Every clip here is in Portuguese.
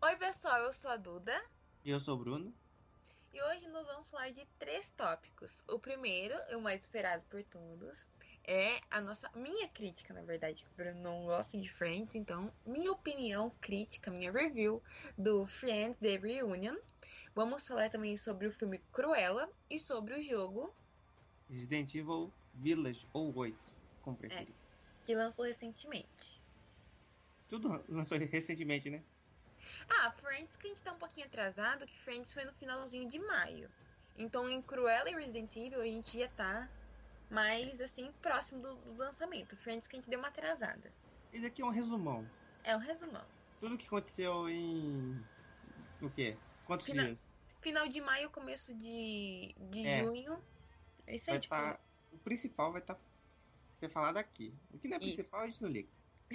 Oi, pessoal, eu sou a Duda E eu sou o Bruno. e hoje nós vamos falar de três tópicos. O primeiro, e o mais esperado por todos, é minha crítica, na verdade, que o Bruno não gosta de Friends, então minha opinião crítica, minha review do Friends The Reunion. Vamos falar também sobre o filme Cruella e sobre o jogo Resident Evil Village ou 8, como é, preferir. que lançou recentemente. Tudo lançou recentemente, né? Friends que a gente tá um pouquinho atrasado, que Friends foi no finalzinho de maio. Então em Cruella e Resident Evil a gente já tá mais assim, próximo do lançamento. Friends que a gente deu uma atrasada. Esse aqui é um resumão. É um resumão. Tudo que aconteceu em. O quê? Quantos Final, dias? final de maio, começo de É, junho. É isso aí, vai tipo. estar. O principal vai estar ser falado aqui. O que não é Isso. principal, a gente não liga.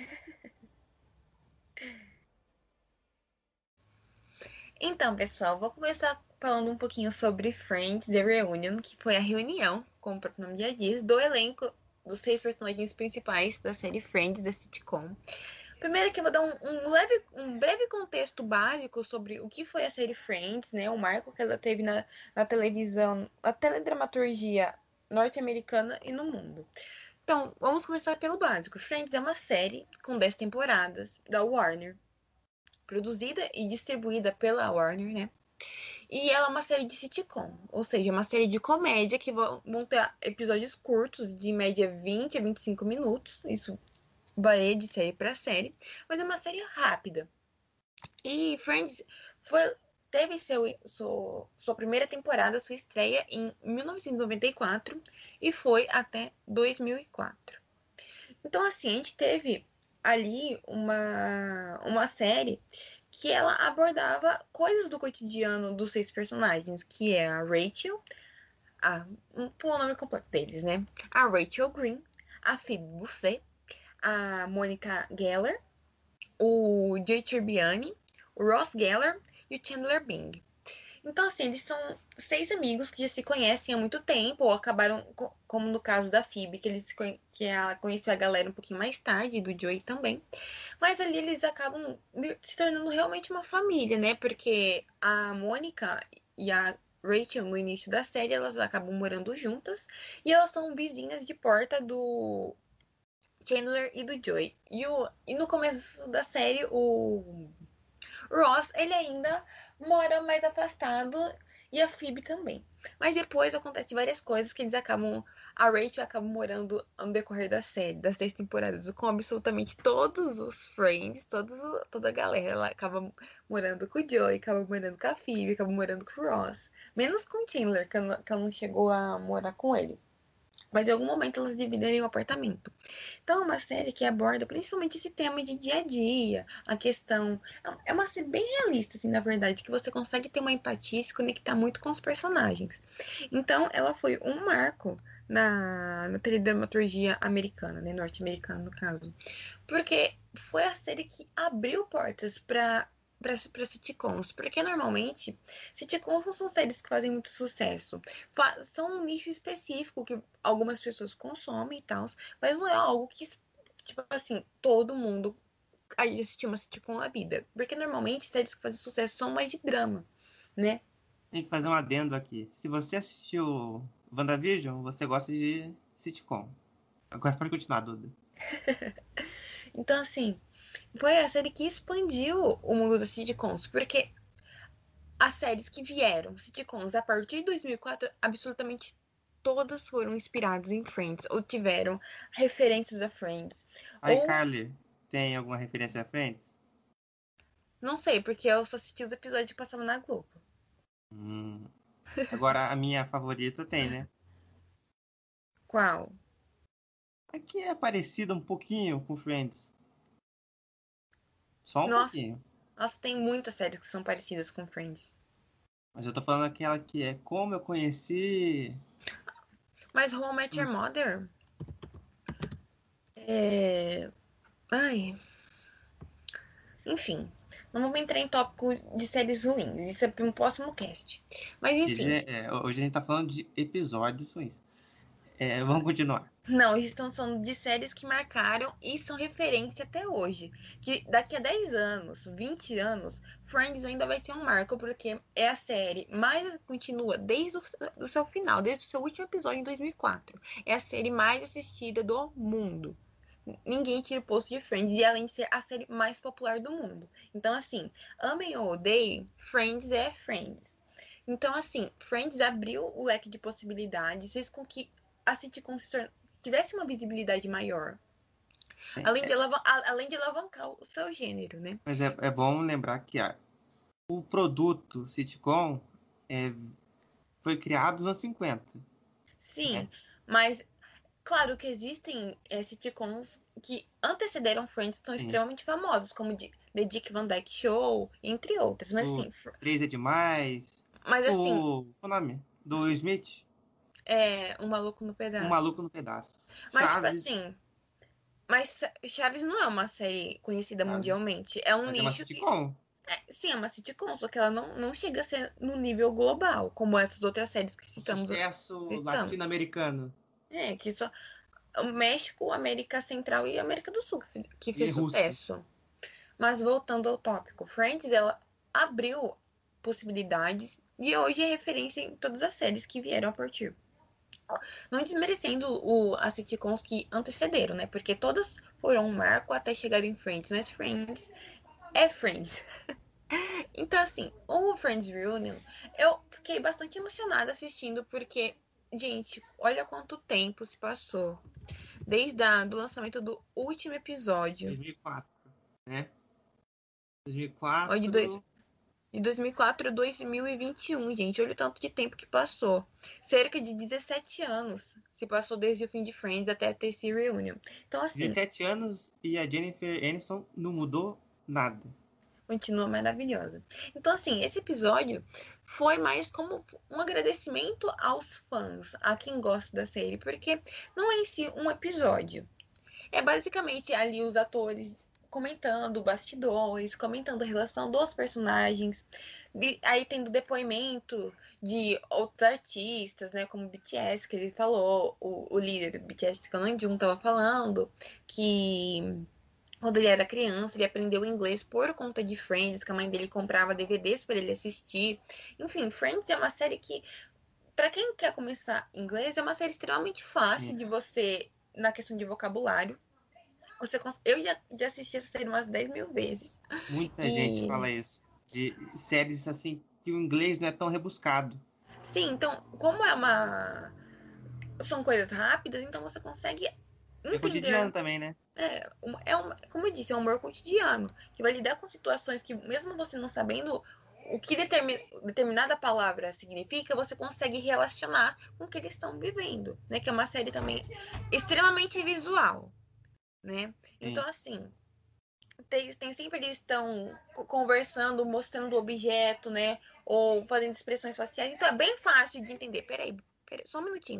Então, pessoal, vou começar falando um pouquinho sobre Friends The Reunion, que foi a reunião, como o próprio nome já diz, do elenco dos seis personagens principais da série Friends, da sitcom. Primeiro que eu vou dar um breve contexto básico sobre o que foi a série Friends, né? O marco que ela teve na televisão, na teledramaturgia norte-americana e no mundo. Então, vamos começar pelo básico. Friends é uma série com 10 temporadas da Warner, produzida e distribuída pela Warner, né? E ela é uma série de sitcom, ou seja, uma série de comédia que vão ter episódios curtos, de média 20 a 25 minutos. Isso varia de série para série, mas é uma série rápida. E Friends foi, teve sua primeira temporada, sua estreia em 1994 e foi até 2004. Então, assim, a gente teve ali uma série que ela abordava coisas do cotidiano dos seis personagens, que é a Rachel, o nome completo deles, né? A Rachel Green, a Phoebe Buffet, a Monica Geller, o Jay Tribbiani, o Ross Geller e o Chandler Bing. Então, assim, eles são seis amigos que já se conhecem há muito tempo, ou acabaram, como no caso da Phoebe, que ela conheceu a galera um pouquinho mais tarde, do Joey também. Mas ali eles acabam se tornando realmente uma família, né? Porque a Mônica e a Rachel, no início da série, elas acabam morando juntas e elas são vizinhas de porta do Chandler e do Joey. E no começo da série, o Ross, ele ainda mora mais afastado e a Phoebe também. Mas depois acontece várias coisas que eles acabam. A Rachel acaba morando no decorrer da série, das 6 temporadas, com absolutamente todos os friends, toda a galera. Ela acaba morando com o Joey, acaba morando com a Phoebe, acaba morando com o Ross. Menos com o Chandler, que ela não chegou a morar com ele. Mas em algum momento elas dividem o apartamento. Então, é uma série que aborda principalmente esse tema de dia a dia, a questão. É uma série bem realista, assim, na verdade, que você consegue ter uma empatia e se conectar muito com os personagens. Então, ela foi um marco na teledramaturgia americana, né, norte-americana no caso, porque foi a série que abriu portas para sitcoms, porque normalmente sitcoms não são séries que fazem muito sucesso, são um nicho específico que algumas pessoas consomem e tal, mas não é algo que, tipo assim, todo mundo aí assistiu uma sitcom na vida, porque normalmente séries que fazem sucesso são mais de drama, né? Tem que fazer um adendo aqui. Se você assistiu WandaVision, você gosta de sitcom. Agora pode continuar, Duda. Então, assim, foi a série que expandiu o mundo das sitcoms, porque as séries que vieram, sitcoms, a partir de 2004, absolutamente todas foram inspiradas em Friends, ou tiveram referências a Friends. A Ou, iCarly tem alguma referência a Friends? não sei, porque eu só assisti os episódios que passavam na Globo. Hum. Agora a minha favorita tem, né? Qual? Aqui é parecida um pouquinho com Friends. Só um Nossa, pouquinho. nossa, tem muitas séries que são parecidas com Friends. Mas eu tô falando aquela que é como eu conheci. Mas How I Met Your Mother é... Ai, enfim. Não vamos entrar em tópico de séries ruins. Isso é para um próximo cast. Mas enfim. Hoje a gente tá falando de episódios ruins. Vamos continuar. Não, eles estão falando de séries que marcaram e são referência até hoje. Que daqui a 10 anos, 20 anos, Friends ainda vai ser um marco, porque é a série mais continua desde o seu final, desde o seu último episódio em 2004. É a série mais assistida do mundo. Ninguém tira o posto de Friends, e além de ser a série mais popular do mundo. Então, assim, amem ou odeiem, Friends é Friends. Então, assim, Friends abriu o leque de possibilidades, fez com que a sitcom tivesse uma visibilidade maior. É, Além de, é, além de alavancar o seu gênero, né? mas é bom lembrar que o produto sitcom é, foi criado nos anos 50, Sim, né? mas claro que existem sitcoms que antecederam Friends, são Sim. extremamente famosos, como The Dick Van Dyke Show, entre outras. O 3 é demais. Mas assim, Qual o nome? Do Smith? é Um Maluco no Um Pedaço. Maluco no Pedaço. Mas, tipo Chaves. assim, mas Chaves não é uma série conhecida Chaves. mundialmente. É um Mas é uma nicho que. sitcom. Sim, é uma sitcom, só que ela não chega a ser no nível global, como essas outras séries que Um citamos. sucesso Citamos. latino-americano. Que só. O México, América Central e América do Sul que E fez Rússia. sucesso. Mas voltando ao tópico, Friends, ela abriu possibilidades e hoje é referência em todas as séries que vieram a partir. Não desmerecendo as sitcoms que antecederam, né? Porque todas foram um marco até chegar em Friends, mas Friends é Friends. Então, assim, o Friends Reunion, eu fiquei bastante emocionada assistindo, porque, gente, olha quanto tempo se passou. Desde do lançamento do último episódio. 2004, né? Olha, 2004. de 2004 a 2021, gente. Olha o tanto de tempo que passou. Cerca de 17 anos se passou desde o fim de Friends até ter esse reunion. Então, assim, 17 anos e a Jennifer Aniston não mudou nada. continua maravilhosa. Então, assim, esse episódio foi mais como um agradecimento aos fãs, a quem gosta da série, porque não é em si um episódio. É basicamente ali os atores comentando bastidores, comentando a relação dos personagens, aí tendo depoimento de outros artistas, né, como o BTS, que ele falou, o líder do BTS, que eu não tava falando, que quando ele era criança, ele aprendeu inglês por conta de Friends, que a mãe dele comprava DVDs para ele assistir. Enfim, Friends é uma série que, para quem quer começar inglês, é uma série extremamente fácil Sim. de você, na questão de vocabulário. Eu já assisti essa série umas 10 mil vezes. Muita gente E fala isso. De séries assim que o inglês não é tão rebuscado. sim, então, como é uma. São coisas rápidas, então você consegue É cotidiano entender. também, né? Como eu disse, é um humor cotidiano, que vai lidar com situações que, mesmo você não sabendo o que determinada palavra significa, você consegue relacionar com o que eles estão vivendo, né? Que é uma série também extremamente visual, né? Sim. Então, assim, tem sempre eles estão conversando, mostrando o objeto, né? Ou fazendo expressões faciais. Então é bem fácil de entender. Peraí, só um minutinho.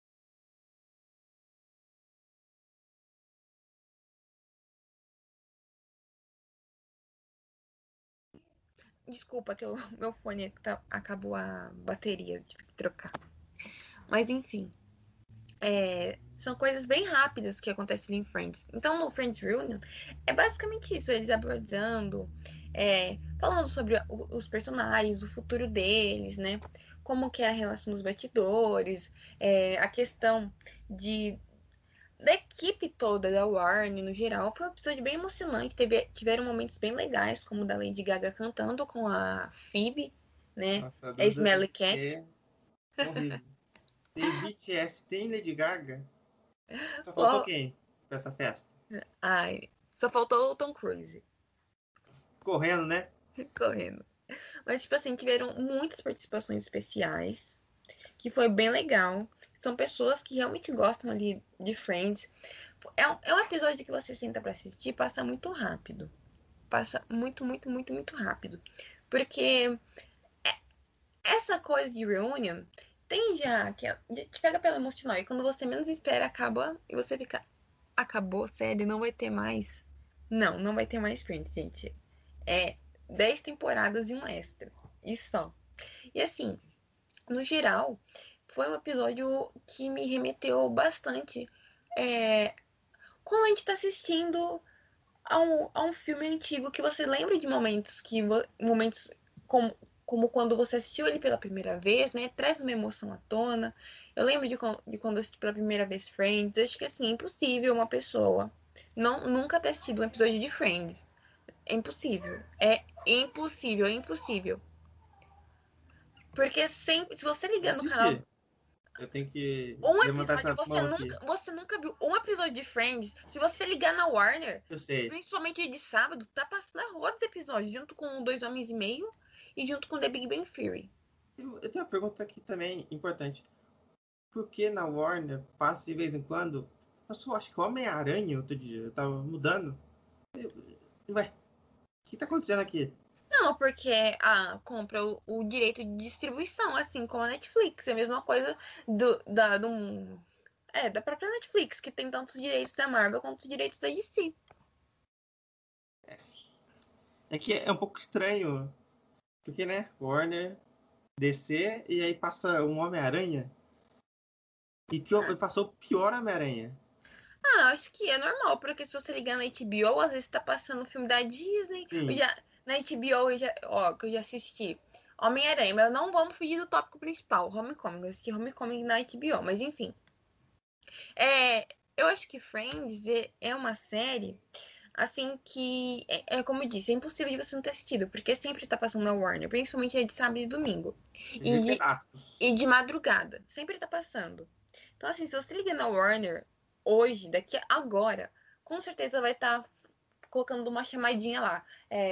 Desculpa que meu fone acabou a bateria, tive que trocar. Mas enfim, são coisas bem rápidas que acontecem em Friends. Então no Friends Reunion é basicamente isso, eles abordando, falando sobre os personagens, o futuro deles, né? Como que é a relação dos bastidores, a questão de da equipe toda da Warner no geral. Foi um episódio bem emocionante. Tiveram momentos bem legais, como o da Lady Gaga cantando com a Phoebe, né? Nossa, a A Duda Smelly deve Cat. ser horrível. Tem BTS, tem Lady Gaga. Só faltou Oh, quem pra essa festa? ai, só faltou o Tom Cruise Correndo, né? correndo. Mas, tipo assim, tiveram muitas participações especiais, que foi bem legal. São pessoas que realmente gostam ali de Friends. É um episódio que você senta pra assistir e passa muito rápido. Passa muito, muito, muito, muito rápido. Porque essa coisa de reunion tem já que te pega pelo emocional. E quando você menos espera, acaba e você fica. Acabou, sério, não vai ter mais. Não vai ter mais Friends, gente. É 10 temporadas e um extra. E só. E assim, no geral, foi um episódio que me remeteu bastante. quando a gente tá assistindo a um filme antigo que você lembra de momentos momentos como, como quando você assistiu ele pela primeira vez, né? Traz uma emoção à tona. Eu lembro de quando eu assisti pela primeira vez Friends. Eu acho que assim, é impossível uma pessoa nunca ter assistido um episódio de Friends. É impossível. É impossível, é impossível. Porque sempre, se você Já ligar no canal assisti. Eu tenho que um levantar episódio, essa mão aqui. você nunca viu um episódio de Friends. Se você ligar na Warner, Eu sei. principalmente de sábado, tá passando a roda dos episódios, junto com Dois Homens e Meio e junto com The Big Bang Theory. Eu tenho uma pergunta aqui também importante. Por que na Warner passa de vez em quando? Passou, acho que Homem-Aranha outro dia. Eu tava mudando. Ué, o que tá acontecendo aqui? Não, porque compra o direito de distribuição, assim como a Netflix. É a mesma coisa da própria Netflix, que tem tantos direitos da Marvel quanto os direitos da DC. É que é um pouco estranho. Porque, né? Warner, DC, e aí passa um Homem-Aranha. E passou o pior Homem-Aranha. Acho que é normal, porque se você ligar na HBO, às vezes tá passando um filme da Disney. Sim, Na HBO, que eu já assisti Homem-Aranha, mas não vamos fugir do tópico principal, Homecoming. Eu assisti Homecoming na HBO, mas enfim. É, eu acho que Friends é uma série, assim, que como eu disse, é impossível de você não ter assistido, porque sempre tá passando na Warner, principalmente de sábado e domingo. vi E de, pedaços. e de madrugada, sempre tá passando. Então, assim, se você liga na Warner hoje, daqui a agora, com certeza vai estar colocando uma chamadinha lá.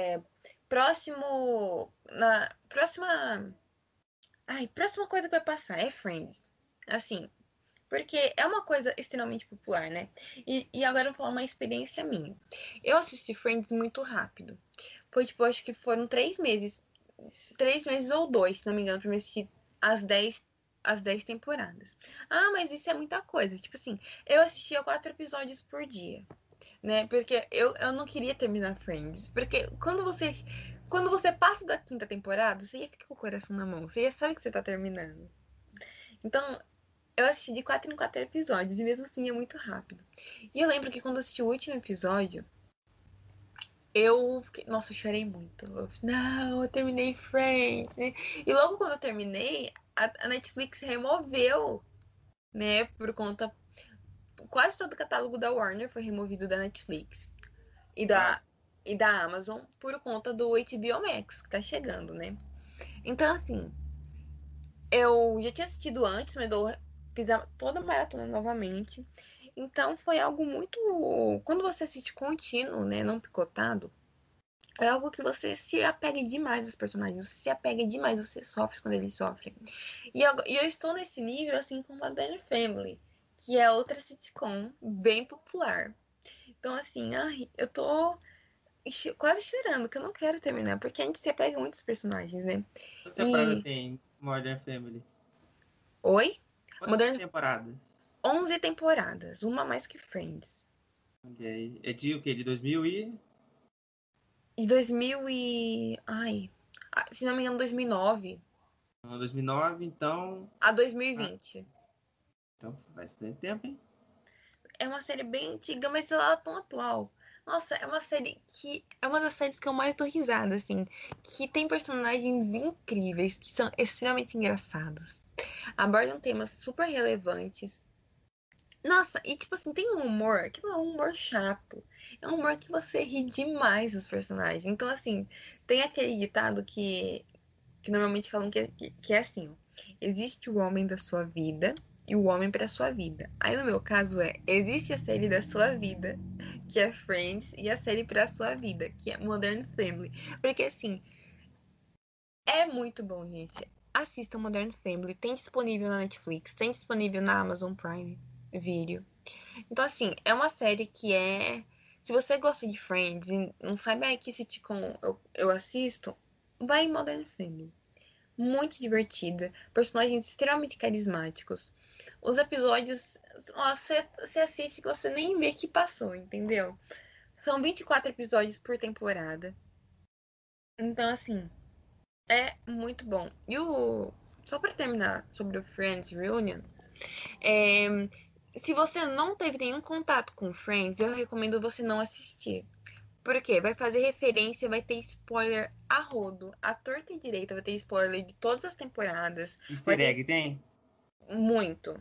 Próximo. Na próxima. Ai, próxima coisa que vai passar é Friends. Assim, porque é uma coisa extremamente popular, né? E agora eu vou falar uma experiência minha. Eu assisti Friends muito rápido. Foi tipo, acho que foram 3 meses. 3 meses ou dois, se não me engano, pra me assistir as 10 temporadas. Ah, mas isso é muita coisa. Tipo assim, eu assistia 4 episódios por dia, né? Porque eu não queria terminar Friends. Porque quando você passa da quinta temporada, você já fica com o coração na mão. Você já sabe que você tá terminando. Então, eu assisti de 4 em 4 episódios. E mesmo assim é muito rápido. E eu lembro que quando eu assisti o último episódio, nossa, eu chorei muito. Não, eu terminei Friends, né? E logo quando eu terminei, a Netflix removeu, né? Por conta. Quase todo o catálogo da Warner foi removido da Netflix e Ah, da Amazon por conta do HBO Max, que tá chegando, né? Então, assim, eu já tinha assistido antes, mas eu fiz toda a maratona novamente. Então foi algo muito. Quando você assiste contínuo, né? Não picotado. É algo que você se apega demais aos personagens, você se apega demais, você sofre quando eles sofrem. E eu estou nesse nível, assim, com Modern Family, que é outra sitcom bem popular. Então, assim, ai, eu tô quase chorando, que eu não quero terminar, porque a gente se apega muito aos personagens, né? quantas temporadas E. tem Modern Family? Oi? Quantas Modern. temporadas? 11 temporadas, uma mais que Friends. Olha aí. É de o quê? De 2000 e... De 2000 e. Ai. Se não me engano, 2009 não, 2009, então... a Ah, 2020. então faz tempo, hein? É uma série bem antiga, mas ela é tão atual. Nossa, é uma série que é uma das séries que eu mais dou risada, assim. Que tem personagens incríveis, que são extremamente engraçados. Abordam temas super relevantes. Nossa, e tipo assim, tem um humor que não é um humor chato. É um humor que você ri demais dos personagens. Então, assim, tem aquele ditado que normalmente falam que é assim, ó. Existe o homem da sua vida e o homem para sua vida. Aí no meu caso existe a série da sua vida, que é Friends, e a série para sua vida, que é Modern Family. Porque assim, é muito bom, gente. Assista Modern Family, tem disponível na Netflix, tem disponível na Amazon Prime Video. Então assim, é uma série que se você gosta de Friends e não sabe que sitcom eu assisto, vai em Modern Family. Muito divertida, personagens extremamente carismáticos. Os episódios, ó, você assiste e você nem vê que passou, entendeu? São 24 episódios por temporada. Então, assim, é muito bom. Só pra terminar sobre o Friends Reunion, é, se você não teve nenhum contato com Friends, eu recomendo você não assistir. Por quê? Vai fazer referência, vai ter spoiler a rodo. A torta e direita vai ter spoiler de todas as temporadas. Vai Easter ter egg tem? muito.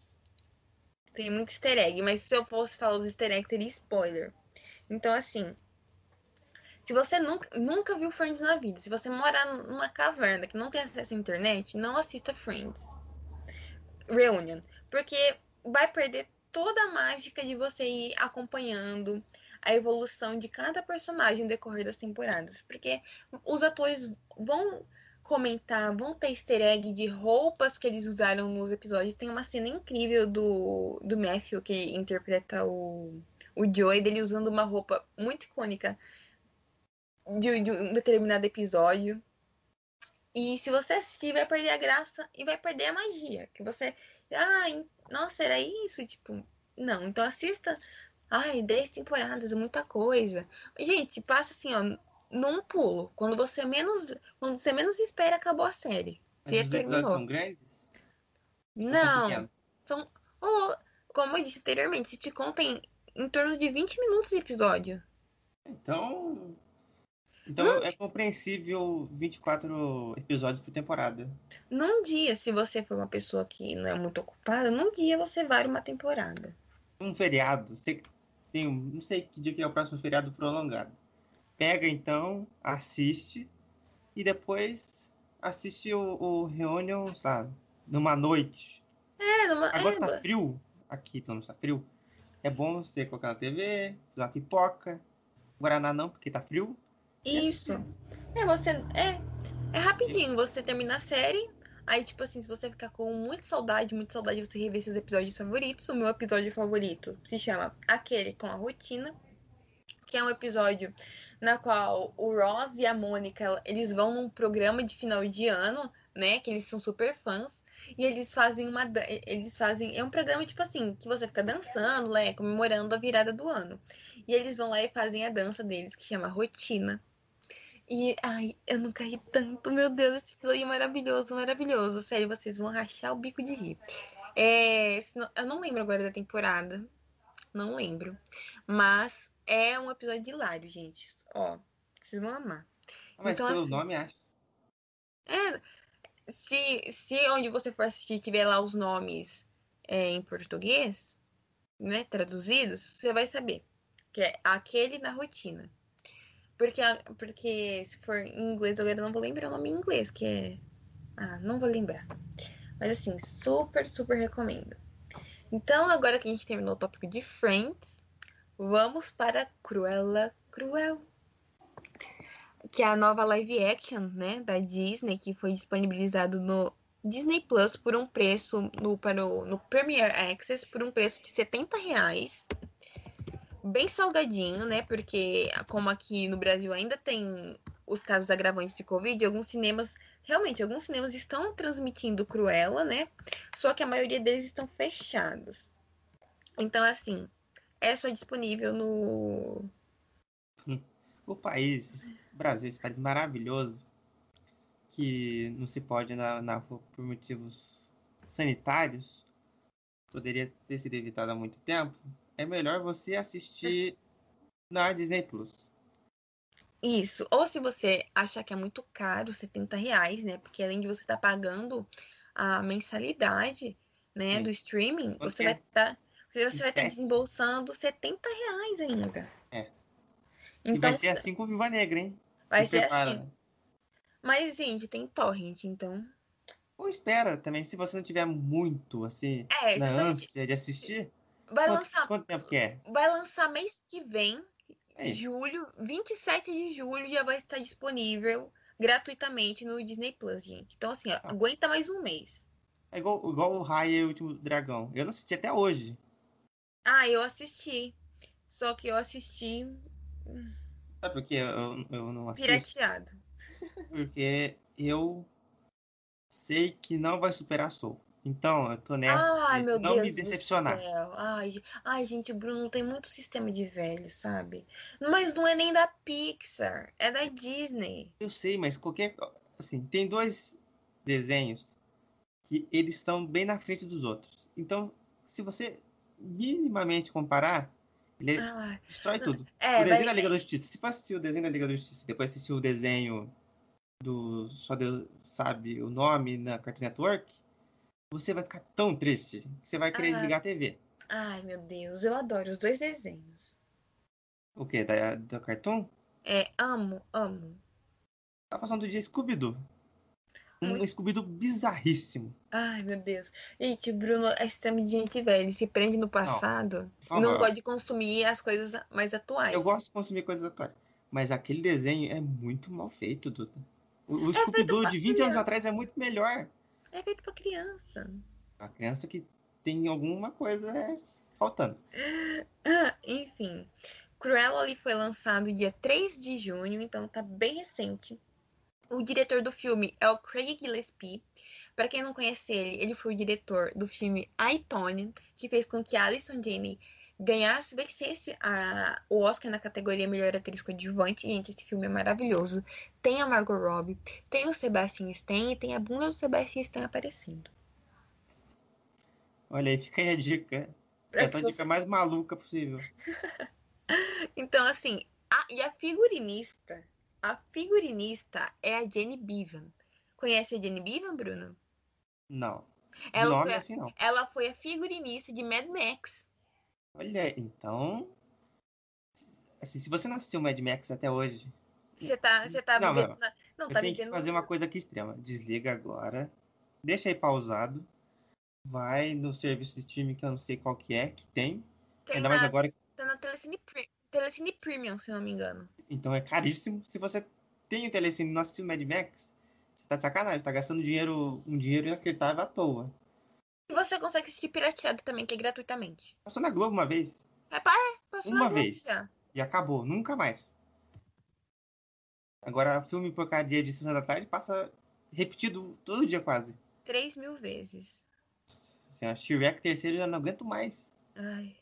Tem muito easter egg, mas se eu fosse falar os easter eggs, seria spoiler. Então, assim, se você nunca viu Friends na vida, se você morar numa caverna que não tem acesso à internet, não assista Friends Reunion. Porque vai perder toda a mágica de você ir acompanhando a evolução de cada personagem no decorrer das temporadas. Porque os atores vão comentar, vão ter easter egg de roupas que eles usaram nos episódios. Tem uma cena incrível do Matthew, que interpreta o Joey, dele usando uma roupa muito icônica de um determinado episódio. E se você assistir, vai perder a graça e vai perder a magia. Que você. Ai, nossa, era isso? Tipo, não. Então assista. Ai, 10 temporadas, é muita coisa. Gente, passa assim, ó, num pulo. Quando você menos espera, acabou a série. Mas Você os episódios terminou. são grandes ou são Não. pequenos? São. Oh, como eu disse anteriormente, se te contem em torno de 20 minutos de episódio. Então, Num, então é compreensível 24 episódios por temporada. num dia, se você for uma pessoa que não é muito ocupada, num dia você vai uma temporada. Um feriado, sei que tem, não sei que dia que é o próximo feriado prolongado. Pega então, assiste e depois assiste o Reunion, sabe? Numa noite. Agora tá É, frio, aqui pelo menos tá frio. É bom você colocar na TV, fazer uma pipoca. Guaraná não, porque tá frio. E isso. assistir. É, você. É rapidinho. Você termina a série. Aí, tipo assim, se você ficar com muita saudade, você rever seus episódios favoritos. O meu episódio favorito se chama Aquele com a Rotina, que é um episódio na qual o Ross e a Mônica, eles vão num programa de final de ano, né? Que eles são super fãs. E eles fazem eles fazem, é um programa tipo assim, que você fica dançando, né, comemorando a virada do ano. E eles vão lá e fazem a dança deles, que chama Rotina. E, ai, eu nunca ri tanto, meu Deus, esse episódio é maravilhoso, maravilhoso. Sério, vocês vão rachar o bico de rir. Eu não lembro agora da temporada, não lembro. Mas é um episódio hilário, gente. Ó, vocês vão amar. Mas Então, pelo assim, nome, acho. é, se onde você for assistir tiver lá os nomes em português, né, traduzidos, você vai saber. Que é aquele na rotina. Porque se for em inglês, agora eu não vou lembrar o nome em inglês, que é. Ah, não vou lembrar. Mas assim, super, super recomendo. Então, agora que a gente terminou o tópico de Friends, vamos para Cruella Cruel, que é a nova live action, né, da Disney, que foi disponibilizado no Disney Plus por um preço no Premier Access por um preço de R$ 70. Bem salgadinho, né? Porque como aqui no Brasil ainda tem os casos agravantes de Covid, alguns cinemas estão transmitindo Cruella, né? Só que a maioria deles estão fechados. Então, assim, é só disponível no. O país, o Brasil, esse país maravilhoso, que não se pode na rua por motivos sanitários, poderia ter sido evitado há muito tempo. É melhor você assistir na Disney Plus. Isso. Ou se você achar que é muito caro, R$ 70, né? Porque além de você estar pagando a mensalidade, né, do Sim. streaming, Quanto que é? você vai estar 27? desembolsando R$ 70 ainda. É. E vai Então, ser assim com Viva Negra, hein? Se vai ser assim. prepara. Mas, gente, tem torrent, então. Ou espera também, se você não tiver muito, assim, na Se você ânsia de assistir, vai lançar, quanto tempo que é? vai lançar mês que vem, Aí, 27 de julho, já vai estar disponível gratuitamente no Disney Plus, gente. Então, assim, ó, ó, aguenta mais um mês. é igual o Raya e o Último Dragão. Eu não assisti até hoje. Ah, eu assisti. Só que eu assisti Sabe por que eu não assisto? pirateado. Porque eu sei que não vai superar Soul. Então, eu tô nessa Ai, de meu não me Deus do decepcionar. céu. Ai, gente, o Bruno tem muito sistema de velho, sabe? Mas não é nem da Pixar, é da Disney. Eu sei, mas qualquer. Assim, tem dois desenhos que eles estão bem na frente dos outros. Então, se você minimamente comparar, ele Ah, destrói tudo. O é, desenho vai. da Liga da Justiça, se for assistir o desenho da Liga da Justiça, depois assistir o desenho do Só Deus sabe o nome na Cartoon Network, você vai ficar tão triste que você vai querer Ah, desligar a TV. ai, meu Deus, eu adoro os dois desenhos. O quê? Da Cartoon? É, amo, amo. Tá passando o dia Scooby-Doo. Um Muito. Scooby-Doo bizarríssimo. Ai, meu Deus. Gente, o Bruno é extremamente gente velha. Ele se prende no Não, passado por e não favor. gosta de consumir as coisas mais Eu atuais. gosto de consumir coisas atuais. Mas aquele desenho é muito mal feito, Duda. O É feito Scooby-Doo pra de 20 anos atrás é criança. muito melhor. É feito pra criança. A criança que tem alguma coisa faltando. Enfim, Cruella ali foi lançado dia 3 de junho, então tá bem recente. O diretor do filme é o Craig Gillespie. Para quem não conhece ele, ele foi o diretor do filme I, Tonya, que fez com que Alison Janney vencesse o Oscar na categoria Melhor Atriz Coadjuvante. Gente, esse filme é maravilhoso. Tem a Margot Robbie, tem o Sebastian Stan e tem a bunda do Sebastian Stan aparecendo. Olha aí, fica aí a dica. Pra que Essa é se a dica você... mais maluca possível. Então, assim, e a figurinista é a Jenny Beavan. Conhece a Jenny Beavan, Bruno? Não. De Ela nome foi, assim, não. ela foi a figurinista de Mad Max. Olha, então. Assim, se você não assistiu Mad Max até hoje. Você tá Não, vivendo. não. Não, Eu tá tenho que vivendo. fazer uma coisa aqui extrema. Desliga agora. Deixa aí pausado. Vai no serviço de streaming que eu não sei qual que é, que tem. Tem Ainda mais na, agora. tá na Telecine Premium, se não me engano. Então é caríssimo. Se você tem o Telecine e não assistiu Mad Max, você tá de sacanagem. Tá gastando dinheiro, um dinheiro inacreditável à toa. E você consegue assistir pirateado também, que é gratuitamente. Passou na Globo uma vez. Passou na Uma Globo vez. já. E acabou. Nunca mais. Agora, filme por cada dia de sessão da tarde passa repetido todo dia quase. 3.000 vezes. Assim, a Shrek terceiro eu já não aguento mais. Ai.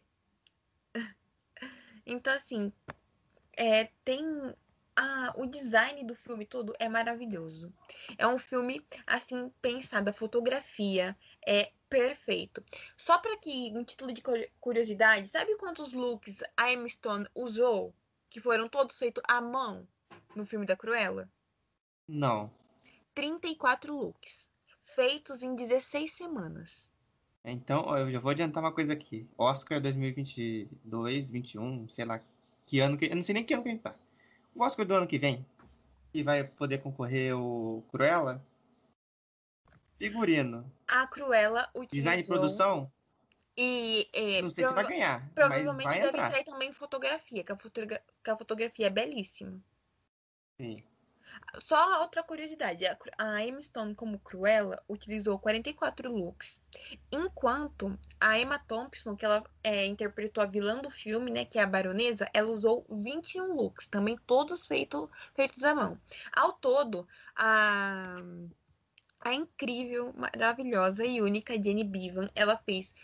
Então, assim, tem. O design do filme todo é maravilhoso. É um filme, assim, pensado. A fotografia é perfeito. Só para que, um título de curiosidade, sabe quantos looks a Emma Stone usou? Que foram todos feitos à mão no filme da Cruella? Não. 34 looks. Feitos em 16 semanas. Então, ó, eu já vou adiantar uma coisa aqui. Oscar 2022, 21, sei lá que ano que. Eu não sei nem que ano que a gente tá. O Oscar do ano que vem, que vai poder concorrer o Cruella, figurino, A Cruella design e utilizou produção, e não sei se vai ganhar, mas provavelmente vai deve entrar. entrar também fotografia, que a fotografia é belíssima. Sim. Só outra curiosidade, a Emma Stone como Cruella utilizou 44 looks, enquanto a Emma Thompson, que ela interpretou a vilã do filme, né, que é a Baronesa, ela usou 21 looks, também todos feitos à mão. Ao todo, a incrível, maravilhosa e única Jenny Beavan, ela fez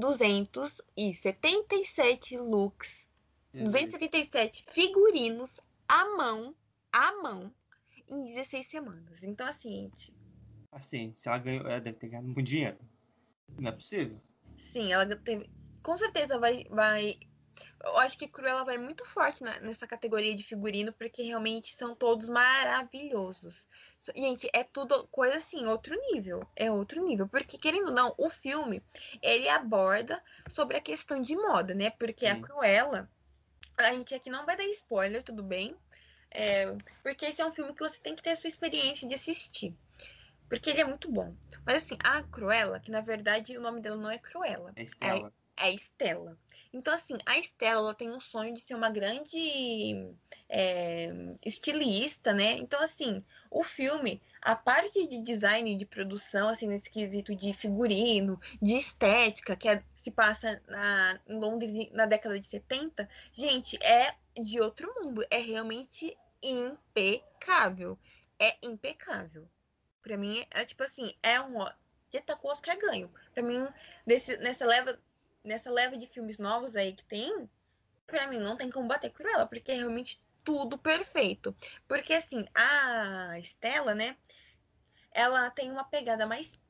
277 looks, Jesus. 277 figurinos à mão, em 16 semanas. Então, assim, gente, Assim, se ela ganhou, ela deve ter ganhado muito dinheiro. Não é possível. sim, ela teve. Com certeza vai. Eu acho que Cruella vai muito forte nessa categoria de figurino, porque realmente são todos maravilhosos. Gente, é tudo coisa assim, outro nível. É outro nível. Porque, querendo ou não, o filme, ele aborda sobre a questão de moda, né? Porque a Sim. Cruella, a gente aqui não vai dar spoiler, tudo bem? Porque esse é um filme que você tem que ter a sua experiência de assistir. Porque ele é muito bom. Mas assim, a Cruella, que na verdade o nome dela não é Cruella, É é, Estela. é Estela. Então, assim, a Estela ela tem um sonho de ser uma grande é, estilista, né? Então, assim, o filme, a parte de design e de produção, assim, nesse quesito de figurino, de estética, se passa em Londres na década de 70, gente, é de outro mundo. É realmente impecável. É impecável. Pra mim, é tipo assim, já tá com o Oscar ganho. Pra mim, nessa leva de filmes novos aí que tem, pra mim não tem como bater Cruella, porque é realmente tudo perfeito. Porque assim, a Stella, né, ela tem uma pegada mais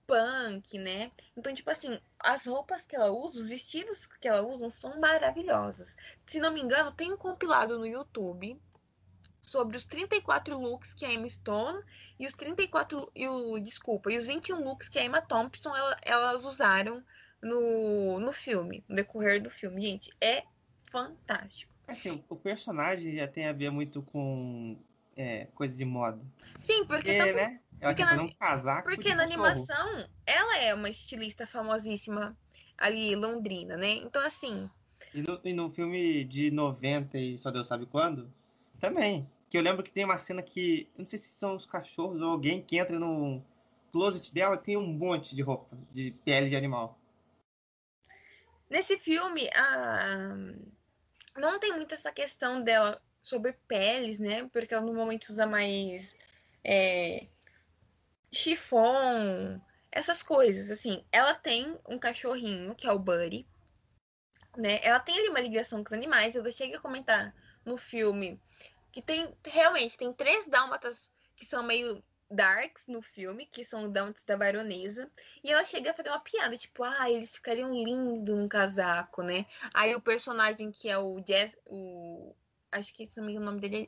punk, né? Então, tipo assim, as roupas que ela usa, os vestidos que ela usa são maravilhosos. Se não me engano, tem um compilado no YouTube sobre os 34 looks que a Emma Stone e os 34 desculpa, e os 21 looks que a Emma Thompson elas usaram no filme, no decorrer do filme. Gente, é fantástico. Assim, o personagem já tem a ver muito com coisa de moda. Sim, Porque, né? Ela porque quer na, fazer um casaco porque de na cachorro. animação ela é uma estilista famosíssima ali, londrina, né? Então, assim, E no filme de 90 e Só Deus Sabe Quando, também. Que eu lembro que tem uma cena que, eu não sei se são os cachorros ou alguém que entra no closet dela e tem um monte de roupa, de pele de animal. nesse filme, não tem muito essa questão dela sobre peles, né? Porque ela normalmente usa mais é, chiffon, essas coisas, assim. Ela tem um cachorrinho, que é o Buddy, né? Ela tem ali uma ligação com os animais. Eu cheguei a comentar no filme que realmente, tem 3 dálmatas que são meio darks no filme, que são dálmatas da baronesa. E ela chega a fazer uma piada, tipo, eles ficariam lindos num casaco, né? Aí o personagem que é o Jazz, acho que se não me engano o nome dele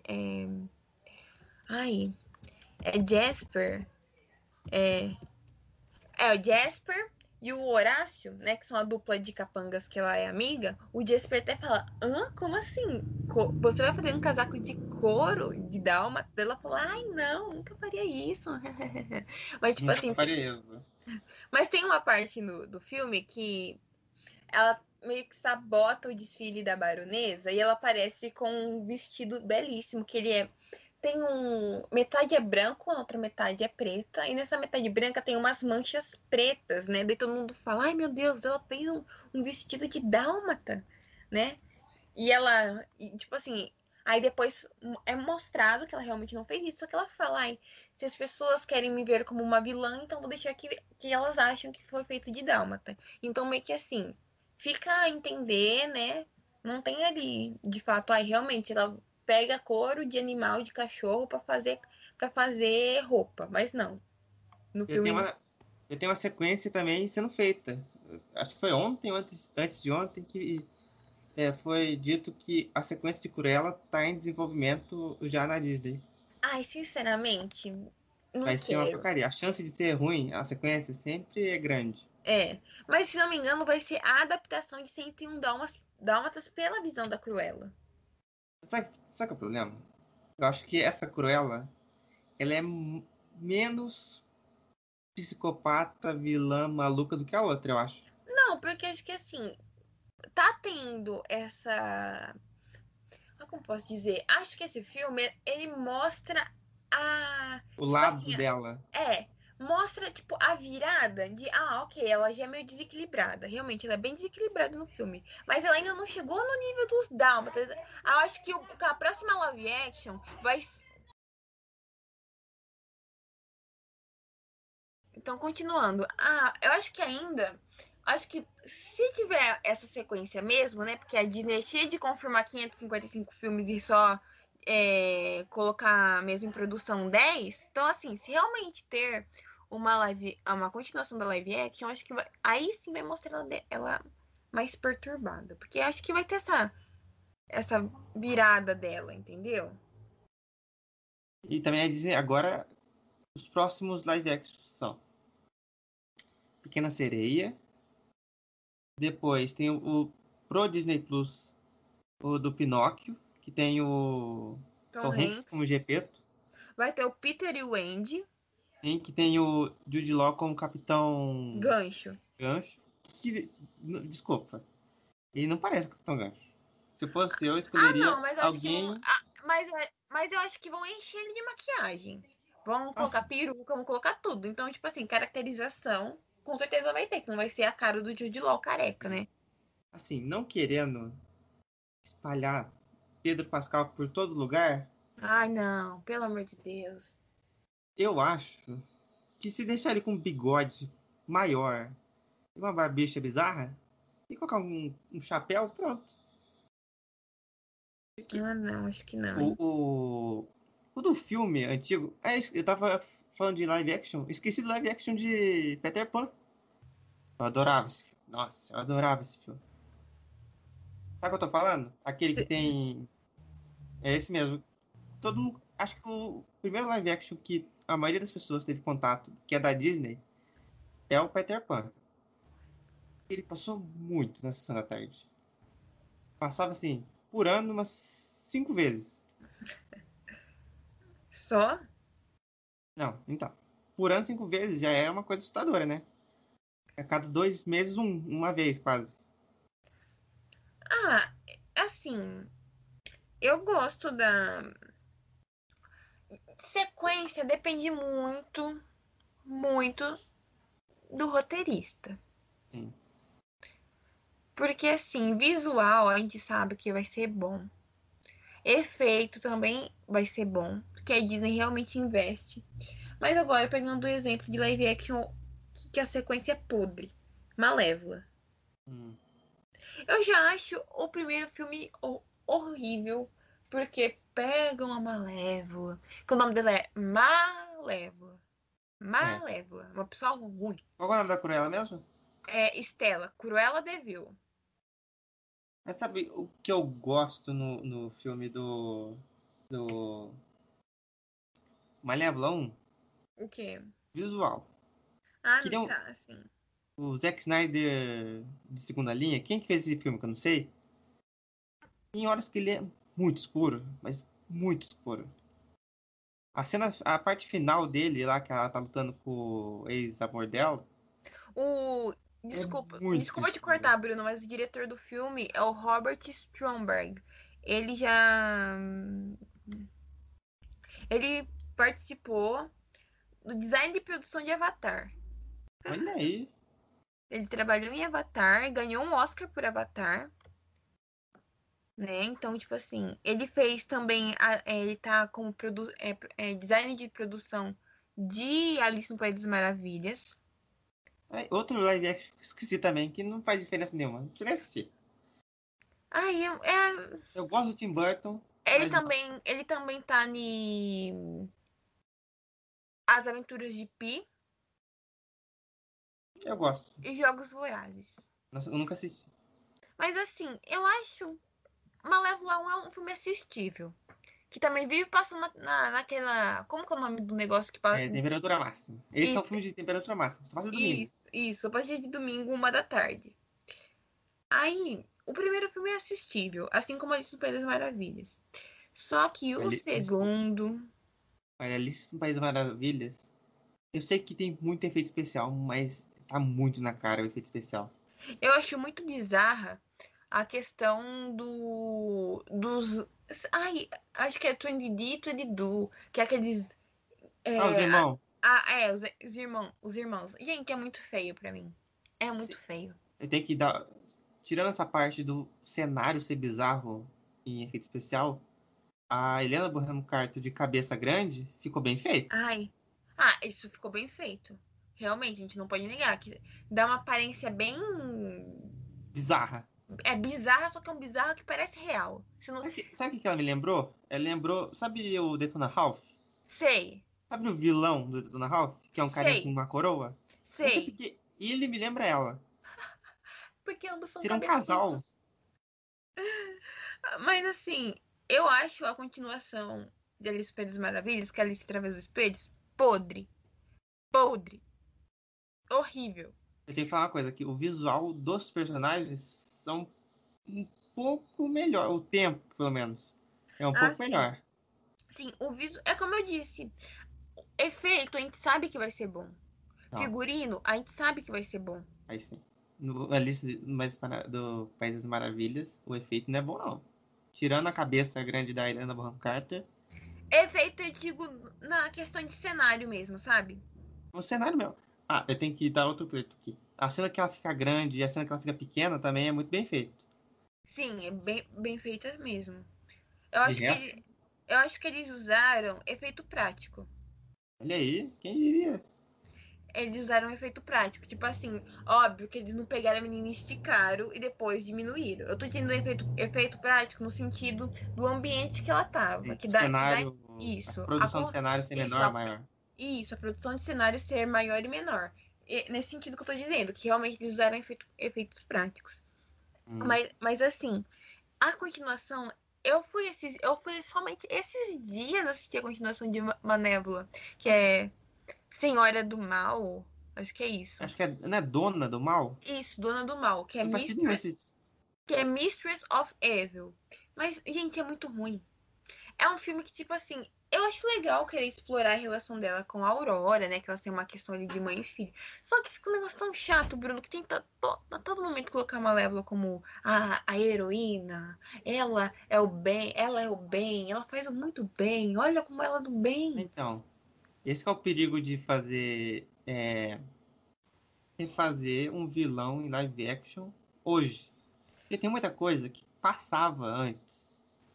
ai, é Jasper. É, É, o Jasper e o Horácio, né, que são a dupla de capangas que ela é amiga, o Jasper até fala, como assim? Você vai fazer um casaco de couro, de dálmata? Ela falou, ai, não, nunca faria isso. Mas, tipo Nunca assim, faria isso. mas tem uma parte do filme que ela meio que sabota o desfile da baronesa e ela aparece com um vestido belíssimo, que ele tem metade é branco, a outra metade é preta, e nessa metade branca tem umas manchas pretas, né? Daí todo mundo fala, ai meu Deus, ela fez um vestido de dálmata, né? Tipo assim, aí depois é mostrado que ela realmente não fez isso, só que ela fala, se as pessoas querem me ver como uma vilã, então vou deixar que elas acham que foi feito de dálmata. Então meio que assim, fica a entender, né? Não tem ali, de fato, realmente ela pega couro de animal, de cachorro para fazer roupa, mas não. No Eu tenho filme. uma, eu tenho uma sequência também sendo feita. Acho que foi ontem ou antes de ontem que foi dito que a sequência de Cruella está em desenvolvimento já na Disney. Ai, sinceramente, não Vai ser uma quero. porcaria. A chance de ser ruim, a sequência, sempre é grande. Mas se não me engano, vai ser a adaptação de 101 Dálmatas pela visão da Cruella. Sabe qual é o problema? Eu acho que essa Cruella, ela é menos psicopata, vilã, maluca do que a outra, eu acho. Não, porque acho que assim, tá tendo essa. Como posso dizer? Acho que esse filme, ele mostra a. O Tipo assim, lado dela. é. Mostra, tipo, a virada de. Ok, ela já é meio desequilibrada. Realmente, ela é bem desequilibrada no filme. Mas ela ainda não chegou no nível dos Dálmatas. Eu acho que a próxima live action vai. Então, continuando. Eu acho que ainda. Acho que se tiver essa sequência mesmo, né? Porque a Disney é cheia de confirmar 555 filmes e só colocar mesmo em produção 10. Então, assim, se realmente ter uma continuação da live action, acho que aí sim vai mostrar ela mais perturbada. Porque acho que vai ter essa virada dela, entendeu? E também a Disney, agora, os próximos live actions são Pequena Sereia. Depois tem pro Disney Plus, o do Pinóquio, que tem o Tom Tom Hanks como Hanks. Gepeto. Vai ter o Peter e o Andy. Tem que tem o Jude Law como Capitão Gancho. Gancho. Desculpa, ele não parece o Capitão Gancho. Se fosse eu, Não, escolheria mas eu acho que vão. alguém. Mas eu acho que vão encher ele de maquiagem. Vão colocar Nossa, peruca, vão colocar tudo. Então, tipo assim, caracterização, com certeza vai ter, que não vai ser a cara do Jude Law careca, né? assim, não querendo espalhar Pedro Pascal por todo lugar, Ai, não, pelo amor de Deus. eu acho que se deixar ele com um bigode maior e uma barbicha bizarra e colocar um chapéu, pronto. Ah, não, acho que não, O, hein? o, o do filme antigo, eu tava falando de live action, esqueci do live action de Peter Pan. Eu adorava esse filme. Nossa, eu adorava esse filme. Sabe o que eu tô falando? Aquele que Se- tem. É esse mesmo. Todo mundo. Acho que o primeiro live action que a maioria das pessoas teve contato, que é da Disney, é o Peter Pan. Ele passou muito na sessão da tarde. Passava assim, por ano, umas 5 vezes. Só? Não, então. Por ano, 5 vezes já é uma coisa assustadora, né? A cada 2 meses, uma vez, quase. Ah, assim, eu gosto da sequência, depende muito, muito do roteirista. Sim. Porque assim, visual a gente sabe que vai ser bom. Efeito também vai ser bom, porque a Disney realmente investe. Mas agora, pegando o exemplo de live action, que a sequência é podre, Malévola. Hum. Eu já acho o primeiro filme horrível, porque pegam a Malévola, que o nome dela é Malévola. É. Malévola, uma pessoa ruim. Qual é o nome da Cruella mesmo? É Estela, Cruella de Vil. Mas sabe o que eu gosto no filme do Malévola 1? O quê? Visual. Ah, não, Queriam assim. o Zack Snyder de segunda linha. Quem que fez esse filme que eu não sei? Tem horas que ele é muito escuro, mas muito escuro. A parte final dele lá, que ela tá lutando com o ex-amor dela, O. é Desculpa, muito desculpa te escuro. cortar, Bruno, mas o diretor do filme é o Robert Stromberg. Ele já. Ele participou do design de produção de Avatar. Olha aí. Ele trabalhou em Avatar, ganhou um Oscar por Avatar, né? Então, tipo assim, ele fez também. Ele tá como design de produção de Alice no País das Maravilhas. É, outro live action que eu esqueci também, que não faz diferença nenhuma. Não precisa nem assistir. Aí, Eu gosto do Tim Burton, ele mas também, ele também tá em As Aventuras de Pi eu gosto. e Jogos Vorazes. Nossa, eu nunca assisti. Mas assim, eu acho Malévola 1 é um filme assistível. Que também vive passando naquela. Como que é o nome do negócio que passa? É, temperatura máxima. Esse é um Isso, filme de temperatura máxima. Só passa domingo. isso. A partir de domingo, 1 da tarde. Aí, o primeiro filme é assistível, assim como Alice no País das Maravilhas. Só que o Desculpa. segundo. Olha, Alice no País das Maravilhas. Eu sei que tem muito efeito especial, mas tá muito na cara o efeito especial. Eu acho muito bizarra a questão dos. Ai, acho que é 20D e 22, que é aqueles. Ah, os É, irmãos. os irmãos. Gente, é muito feio pra mim. É muito feio. Eu tenho que dar. Tirando essa parte do cenário ser bizarro em efeito especial, a Helena Bonham Carter de cabeça grande ficou bem feito. Ai. Ah, isso ficou bem feito. Realmente, a gente não pode negar que dá uma aparência bem. Bizarra. É bizarra, só que é um bizarro que parece real. Você não... Sabe o que ela me lembrou? Ela lembrou. Sabe o Detona Ralph? Sei, Sabe o vilão do Detona Ralph? Que é um carinha com sei, uma coroa? Não sei sei. porque. E ele me lembra ela. Porque ambos são Seria um casal. cabeçudos. Mas assim, eu acho a continuação de Alice no País das Maravilhas, que é Alice através dos espelhos, podre. Podre. Horrível. Eu tenho que falar uma coisa, que o visual dos personagens são um pouco melhor. O tempo, pelo menos. É um pouco Assim, melhor. sim, o visual. É como eu disse. Efeito, a gente sabe que vai ser bom. Não, Figurino, a gente sabe que vai ser bom. aí sim. No Alice do País das Maravilhas, o efeito não é bom, não. Tirando a cabeça grande da Helena Bonham Carter, Efeito, eu digo, na questão de cenário mesmo, sabe? o cenário mesmo. Ah, eu tenho que dar outro crédito aqui. A cena que ela fica grande e a cena que ela fica pequena também é muito bem feito. Sim, é bem feita mesmo. Eu De acho que resto, ele, eu acho que eles usaram efeito prático. olha aí, quem diria? Eles usaram efeito prático. Tipo assim, óbvio que eles não pegaram a menina e esticaram e depois diminuíram. Eu tô entendendo efeito prático no sentido do ambiente que ela tava. Sim, Que o dá cenário, a isso. produção do cenário ser Isso, menor ou maior. Isso, a produção de cenário ser maior e menor. Nesse sentido que eu tô dizendo, que realmente eles usaram efeitos práticos. Hum. Mas assim, a continuação, eu fui somente esses dias assistir a continuação de Manévola, que é Senhora do Mal, acho que é isso. Acho que não é Dona do Mal? Isso, Dona do Mal, Não faz sentido nenhum Que é Mistress of Evil. Mas, gente, é muito ruim. É um filme que, tipo assim, eu acho legal querer explorar a relação dela com a Aurora, né? Que elas têm uma questão ali de mãe e filho. Só que fica um negócio tão chato, Bruno, que tenta a todo momento colocar a Malévola como a heroína. Ela é o bem, ela faz muito bem. Olha como ela é do bem. Então, esse que é o perigo de fazer refazer um vilão em live action hoje. Porque tem muita coisa que passava antes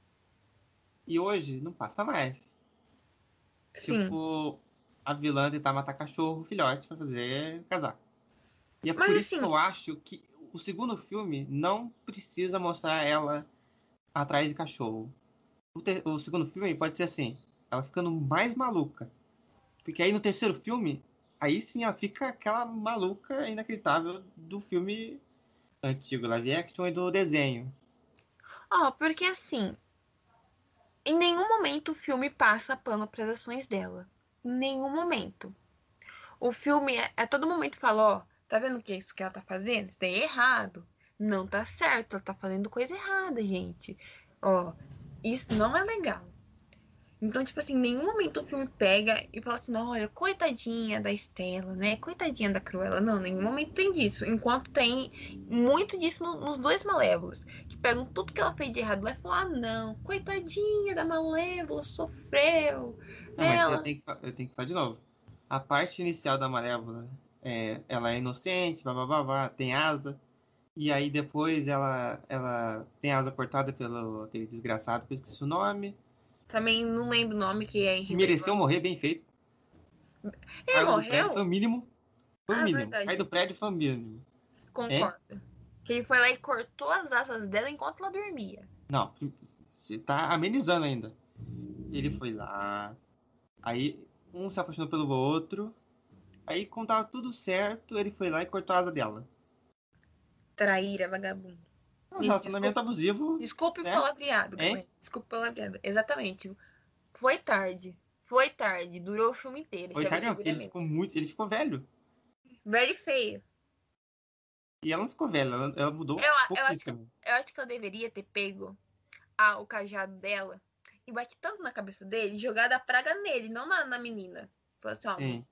e hoje não passa mais. Sim. Tipo, a vilã tentar matar cachorro filhote pra fazer casar. E é Mas por isso que assim, eu acho que o segundo filme não precisa mostrar ela atrás de cachorro. O segundo filme pode ser assim, ela ficando mais maluca. Porque aí no terceiro filme, aí sim ela fica aquela maluca inacreditável do filme antigo, live action e do desenho. ó, porque assim, em nenhum momento o filme passa pano para as ações dela. Em nenhum momento. O filme a todo momento fala, ó, tá vendo que isso que ela tá fazendo? Isso daí é errado. Não tá certo, ela tá fazendo coisa errada, gente. Ó, isso não é legal. Então, tipo assim, em nenhum momento o filme pega e fala assim, não, olha, coitadinha da Estela, né? Coitadinha da Cruella. Não, em nenhum momento tem disso. Enquanto tem muito disso nos dois Malévolos, que pegam tudo que ela fez de errado lá e falam, ah, não, coitadinha da Malévola, sofreu, Não, mas né? eu tenho que falar de novo. A parte inicial da Malévola, ela é inocente, blá blá blá, blá, tem asa. E aí depois ela tem a asa cortada pelo aquele desgraçado que eu esqueci o nome. Também não lembro o nome que é Que em mereceu morrer bem feito. Ele Caiu do prédio, foi o morreu? mínimo. Foi o Ah, mínimo. Cair do verdade. prédio foi o mínimo. É? Concordo. Que ele foi lá e cortou as asas dela enquanto ela dormia. Não, você tá amenizando ainda. Ele foi lá, aí um se apaixonou pelo outro, aí quando tava tudo certo, ele foi lá e cortou a asa dela. Traíra, vagabundo. É um Desculpa, relacionamento abusivo, desculpe o né? palavreado, Hein? galera. Desculpe o palavreado. Exatamente. Foi tarde. Foi tarde. Durou o filme inteiro. Ou Chave de italiano, porque ele ficou seguramentos. muito. Ele ficou velho. Velho e feio. E ela não ficou velha, ela mudou Eu acho pouquíssimo. eu acho que ela deveria ter pego o cajado dela e bate tanto na cabeça dele, jogado a praga nele, não na menina. Falou assim, Sim.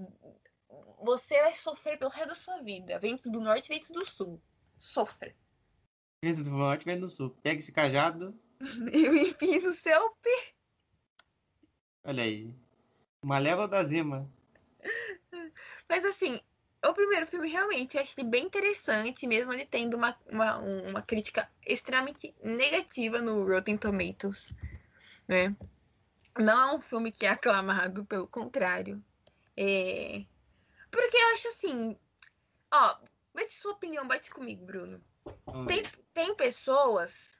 ó, você vai sofrer pelo resto da sua vida. Ventos do norte, ventos do sul. Sofra. Esse do norte vem do sul. Pega esse cajado, Eu enfim no seu. olha aí. Malévola da Zima. Mas assim, o primeiro filme realmente eu achei bem interessante, mesmo ele tendo uma crítica extremamente negativa no Rotten Tomatoes, né? Não é um filme que é aclamado, pelo contrário. É... Porque eu acho assim, ó, vê se sua opinião bate comigo, Bruno. Vamos Tem, ver. tem pessoas.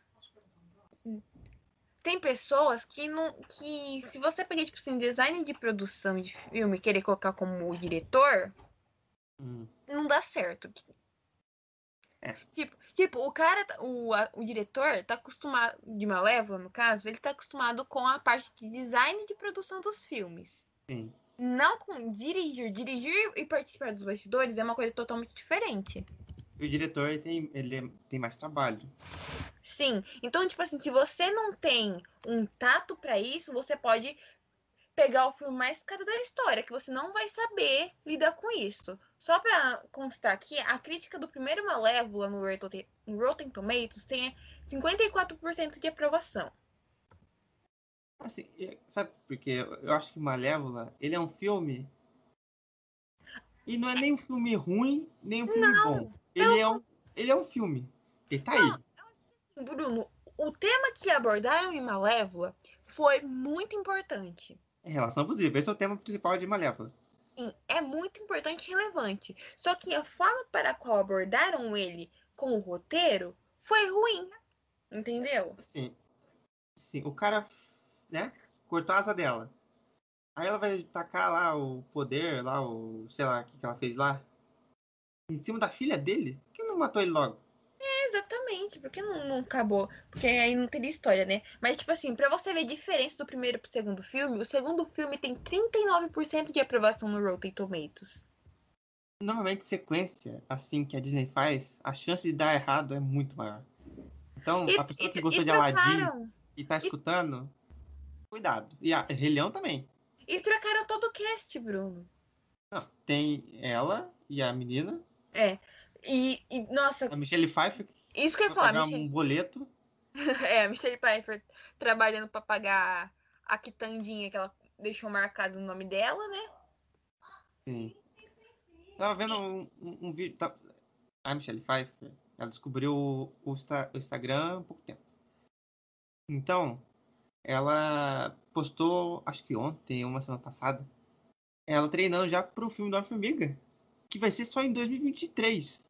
Tem pessoas que não. Que se você pegar, tipo assim, design de produção de filme e querer colocar como diretor, Hum, não dá certo. é, Tipo, o cara, o diretor tá acostumado, de Malévola, no caso, ele tá acostumado com a parte de design de produção dos filmes. sim. Não com dirigir. Dirigir e participar dos bastidores é uma coisa totalmente diferente. E o diretor tem mais trabalho. Sim. Então, tipo assim, se você não tem um tato pra isso, você pode pegar o filme mais caro da história, que você não vai saber lidar com isso. Só pra constar aqui, a crítica do primeiro Malévola no Rotten Tomatoes tem 54% de aprovação. Assim, sabe porque eu acho que Malévola, ele é um filme. E não é nem um filme ruim, nem um filme bom. Não, pelo Ele é um filme. Ele tá não, aí. Bruno, o tema que abordaram em Malévola foi muito importante. É relação abusiva. Esse é o tema principal de Malévola. Sim, é muito importante e relevante. Só que a forma para a qual abordaram ele com o roteiro foi ruim, entendeu? Assim, sim, o cara, né, cortou a asa dela. Aí ela vai tacar lá o poder, lá o... sei lá, o que ela fez lá. Em cima da filha dele? Por que não matou ele logo? Exatamente, porque não acabou? Porque aí não teria história, né? Mas, tipo assim, pra você ver a diferença do primeiro pro segundo filme, o segundo filme tem 39% de aprovação no Rotten Tomatoes. Normalmente, sequência, assim, que a Disney faz, a chance de dar errado é muito maior. Então, E, a pessoa e, que e gostou de Aladdin trocaram. e tá E, escutando, cuidado. E a Rei Leão também. e trocaram todo o cast, Bruno. Não, tem ela e a menina, É. Nossa, a Michelle Pfeiffer, isso que eu ia vai falar, pagar Michelle. um boleto. É, a Michelle Pfeiffer trabalhando pra pagar a quitandinha que ela deixou marcado no nome dela, né? Sim. Tava vendo E- um vídeo. A Michelle Pfeiffer, ela descobriu o Instagram há pouco tempo. Então, ela postou, acho que ontem, uma semana passada, ela treinando já pro filme do Homem-Formiga, que vai ser só em 2023.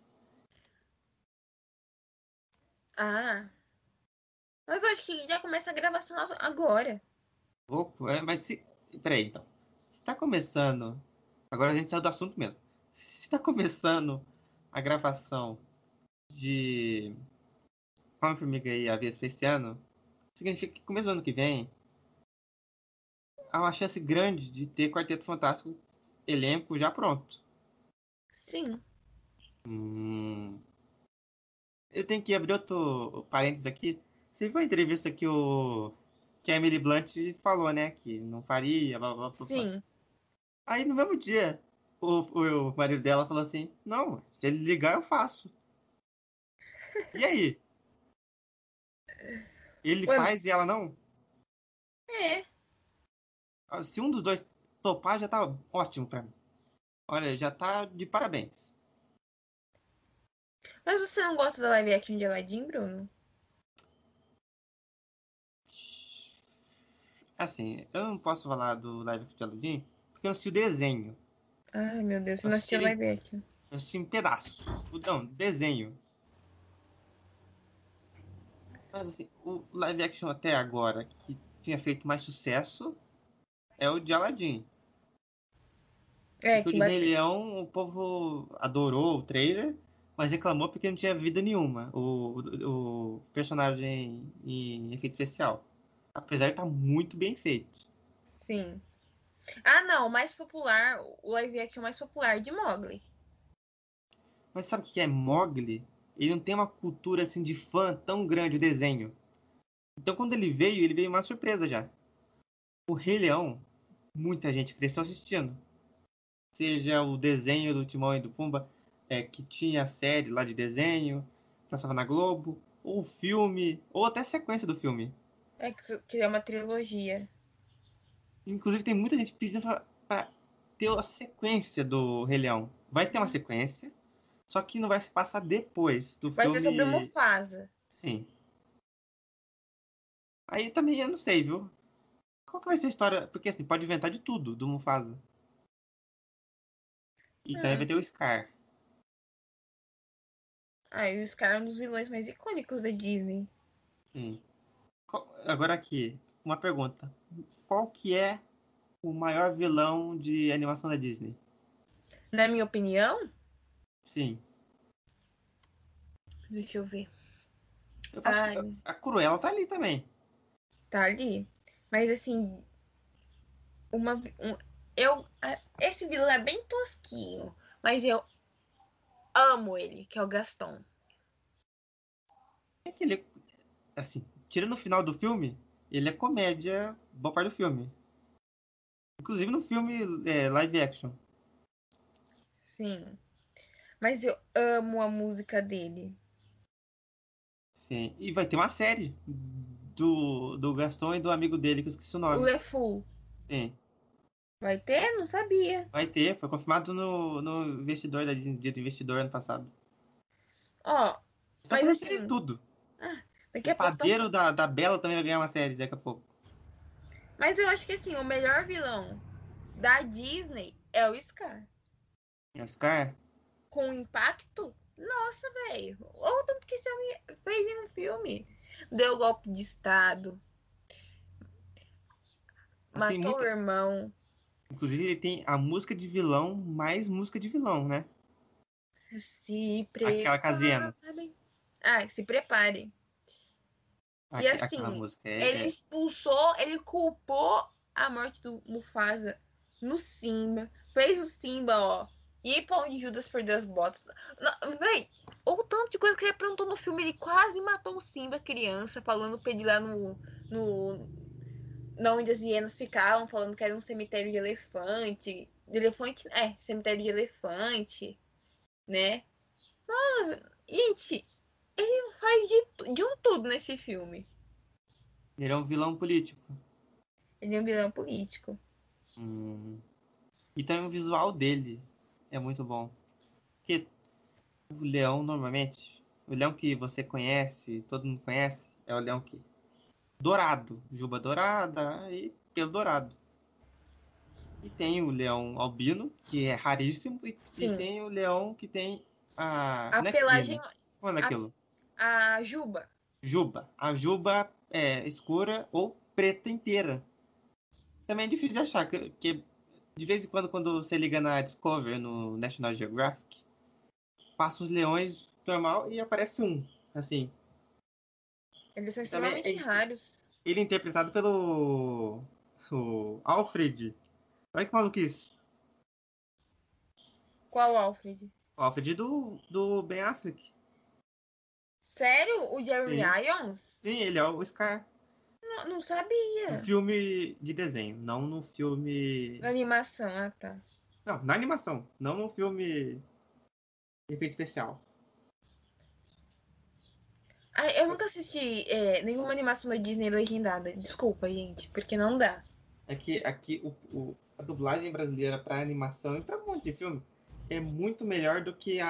Ah, mas eu acho que já começa a gravação agora. Louco, é, mas se. Peraí, então. Se tá começando. Agora a gente saiu do assunto mesmo. Se tá começando a gravação de Homem-Formiga e a Vespa esse ano, significa que começo do ano que vem há uma chance grande de ter Quarteto Fantástico elenco já pronto. Sim. Hum, eu tenho que abrir outro parênteses aqui. Você viu a entrevista que a Emily Blunt falou, né? Que não faria, blá, blá, blá, blá. Sim. Aí no mesmo dia, o marido dela falou assim: Não, se ele ligar, eu faço. E aí? Ele Ué, faz e ela não? é. Se um dos dois topar, já tá ótimo pra mim. Olha, já tá de parabéns. Mas você não gosta da live action de Aladdin, Bruno? Assim, eu não posso falar do Live of Aladdin, porque eu assisti o desenho. Ai, meu Deus, você Eu não assisti assistiu ele live action. eu assisti em pedaços. Não, desenho. Mas assim, o live action até agora que tinha feito mais sucesso é o de Aladdin. É, Porque o que de Rei bate. Leão, o povo adorou o trailer, mas reclamou porque não tinha vida nenhuma o personagem em efeito especial. Apesar de estar muito bem feito. Sim. Ah, não, o mais popular, o live action mais popular de Mowgli. Mas sabe o que é Mowgli? Ele não tem uma cultura assim de fã tão grande o desenho. Então quando ele veio uma surpresa já. O Rei Leão, muita gente cresceu assistindo. Seja o desenho do Timão e do Pumba, que tinha a série lá de desenho, passava na Globo, ou o filme, ou até a sequência do filme. É que é uma trilogia. Inclusive tem muita gente pedindo pra ter a sequência do Rei Leão. Vai ter uma sequência, só que não vai se passar depois do Vai ser sobre o filme. Mufasa. Sim. Aí também eu não sei, viu? Qual que vai ser a história? Porque assim, pode inventar de tudo do Mufasa. E também Ah, vai ter o Scar. e o Scar é um dos vilões mais icônicos da Disney. Sim. Agora aqui, uma pergunta. Qual que é o maior vilão de animação da Disney? Na minha opinião, Sim. deixa eu ver. Eu posso. Ai, A Cruella tá ali também. tá ali. Mas assim, eu, esse vilão é bem tosquinho, mas eu amo ele, que é o Gaston. É que ele, assim, tirando o final do filme, ele é comédia, boa parte do filme. Inclusive no filme live action. Sim. Mas eu amo a música dele. Sim. E vai ter uma série do Gaston e do amigo dele, que eu esqueci o O nome. LeFou. Sim. Vai ter? Não sabia. Vai ter, foi confirmado no investidor da Disney, dia do investidor ano passado. Ó, Estão mas fazendo série de assim, tudo. daqui O a pouco tão. padeiro da Bela também vai ganhar uma série daqui a pouco. Mas eu acho que assim, o melhor vilão da Disney é o Scar. E Oscar? Com impacto? Nossa, velho. Olha o tanto que esse homem fez em um filme. Deu golpe de Estado, Assim, matou o muita, irmão. Inclusive, ele tem a música de vilão mais música de vilão, né? Se Aquela Casiano. preparem. Ah, se preparem. E Aquela assim, música. ele culpou a morte do Mufasa no Simba. Fez o Simba, ó, ir pra onde Judas perdeu as botas. Não, véi, o tanto de coisa que ele aprontou no filme, ele quase matou o Simba, criança, falando pra ele lá no onde as hienas ficavam, falando que era um cemitério de elefante. De elefante, cemitério de elefante, né? Gente, ele faz de um tudo nesse filme. Ele é um vilão político. Ele é um vilão político. Hum. E também o visual dele é muito bom. Porque o leão, normalmente, o leão que você conhece, todo mundo conhece, é o leão que dourado, juba dourada e pelo dourado. E tem o leão albino, que é raríssimo, e Sim. tem o leão que tem a. A Não é pelagem. crina. Como é aquilo? A juba. Juba. A juba é escura ou preta inteira. Também é difícil de achar, que de vez em quando você liga na Discovery, no National Geographic, passa os leões normal e aparece um, assim. Eles são E também extremamente raros. ele é interpretado pelo o Alfred. Olha que maluquice. Qual Alfred? O Alfred do Ben Affleck. Sério? O Jeremy Sim, Irons? sim, ele é o Scar. Não, não No sabia. filme de desenho, não no filme. Na animação, tá. Não, na animação, não no filme efeito especial. Ah, eu nunca assisti nenhuma animação da Disney legendada. Desculpa, gente, porque não dá. É que aqui a dublagem brasileira para animação e para um monte de filme é muito melhor do que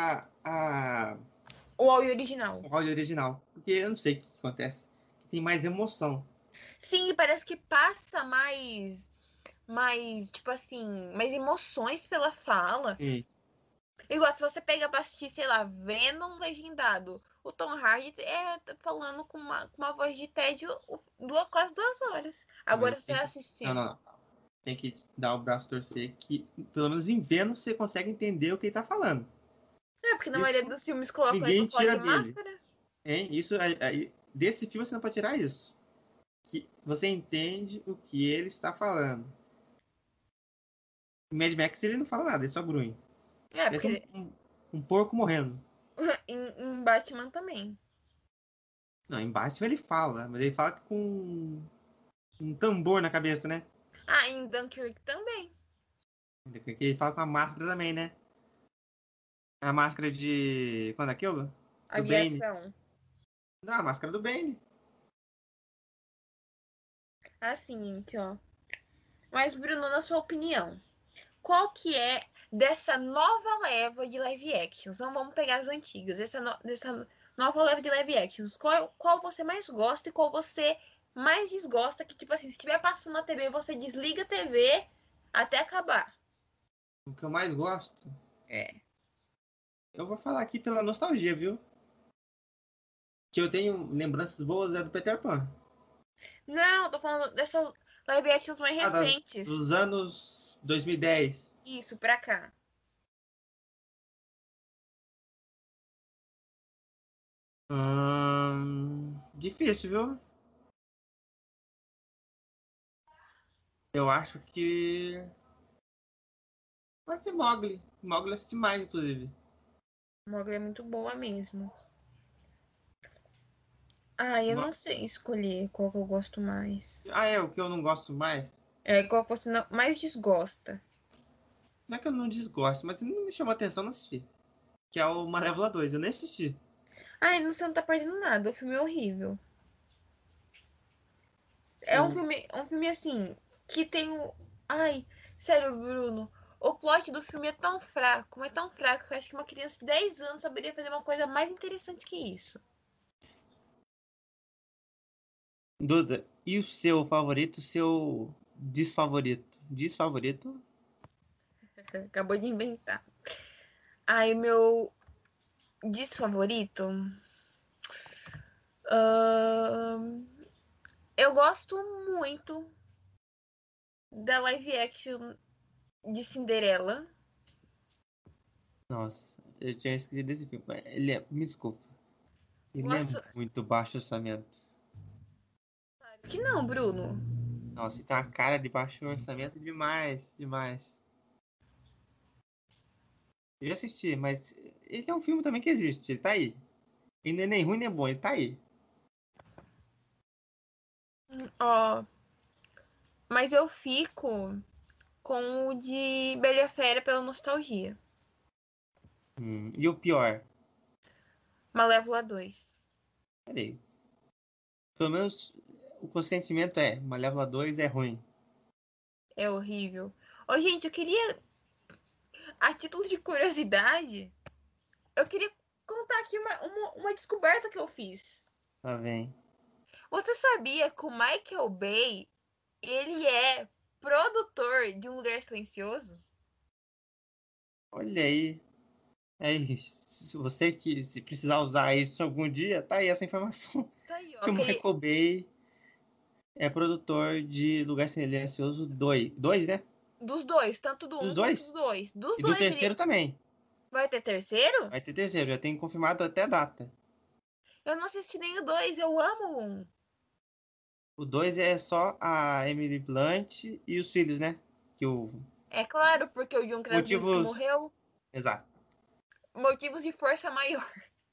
O áudio original. o áudio original. Porque eu não sei o que acontece. Tem mais emoção. Sim, parece que passa tipo assim, mais emoções pela fala. Sim. Igual se você pega pra assistir, sei lá, Venom legendado. O Tom Hardy falando com uma voz de tédio quase 2 horas. Não, Agora mas você tem vai que. Não, assistindo. não, não. Tem que dar o braço a torcer que, pelo menos em Venom, você consegue entender o que ele tá falando. É, porque na maioria Isso dos filmes colocam ele ninguém pra falar tira de dele. máscara. Hein? Isso, desse filme você não pode tirar isso. Que você entende o que ele está falando. Em Mad Max ele não fala nada, ele só grunhe. É, Parece porque um porco morrendo. em Batman também. Não, embaixo ele fala, mas ele fala com um tambor na cabeça, né? Ah, em Dunkirk também. Ele fala com a máscara também, né? A máscara de. Quando é aquilo? Do Bane. Aviação. Não, a máscara do Bane. Assim, ó. Mas, Bruno, na sua opinião, qual que é dessa nova leva de live actions? Não vamos pegar as antigas. Dessa nova leva de live actions. Qual você mais gosta e qual você mais desgosta? Que, tipo assim, se estiver passando na TV, você desliga a TV até acabar. O que eu mais gosto. É. Eu vou falar aqui pela nostalgia, viu? Que eu tenho lembranças boas do Peter Pan. Não, tô falando dessas live actions mais Ah, recentes. dos anos 2010. Isso, pra cá. Difícil, viu? Eu acho que. Pode ser Mogli. Mogli eu assisti mais, inclusive. Mogli é muito boa mesmo. Ah, eu Mo- não sei escolher qual que eu gosto mais. Ah, é, o que eu não gosto mais. É, qual que você mais desgosta. Não é que eu não desgosto, mas não me chamou atenção, não assisti. Que é o Malévola 2, eu nem assisti. Ai, você não tá perdendo nada, o filme é horrível. É O... um filme assim, que tem o. Ai, sério, Bruno. O plot do filme é tão fraco, mas tão fraco, que eu acho que uma criança de 10 anos saberia fazer uma coisa mais interessante que isso. Duda, e o seu favorito, o seu desfavorito? Desfavorito? Acabou de inventar. Ai, meu desfavorito. Ahn, eu gosto muito da live action. de Cinderela. Nossa, eu tinha esquecido desse filme. Me desculpa. Ele é Gosto. muito baixo orçamento. Que não, Bruno. Nossa, ele tem uma cara de baixo orçamento demais, demais. Eu já assisti, mas ele é um filme também que existe, ele tá aí. Ele não é nem ruim nem bom, ele tá aí. Ó, mas eu fico com o de Bela e a Fera pela nostalgia. E o pior? Malévola 2. Peraí. Pelo menos o consentimento é, Malévola 2 é ruim. É horrível. Ô, gente, eu queria, a título de curiosidade, eu queria contar aqui uma descoberta que eu fiz. Lá vem. Você sabia que o Michael Bay, ele é produtor de Um Lugar Silencioso? Olha aí. É isso. Se você que se precisar usar isso algum dia, tá aí essa informação. Tá aí, ó. Que o Michael Bay é produtor de Lugar Silencioso 2. 2, né? Dos dois, tanto do Dos um quanto do dois? dois. Dos E do dois, ele terceiro também. vai ter terceiro? Vai ter terceiro, já tem confirmado até a data. Eu não assisti nem o dois, eu amo o um. O 2 é só a Emily Blunt e os filhos, né? Que o É claro, porque o John Krasinski motivos. morreu. Exato. Motivos de força maior.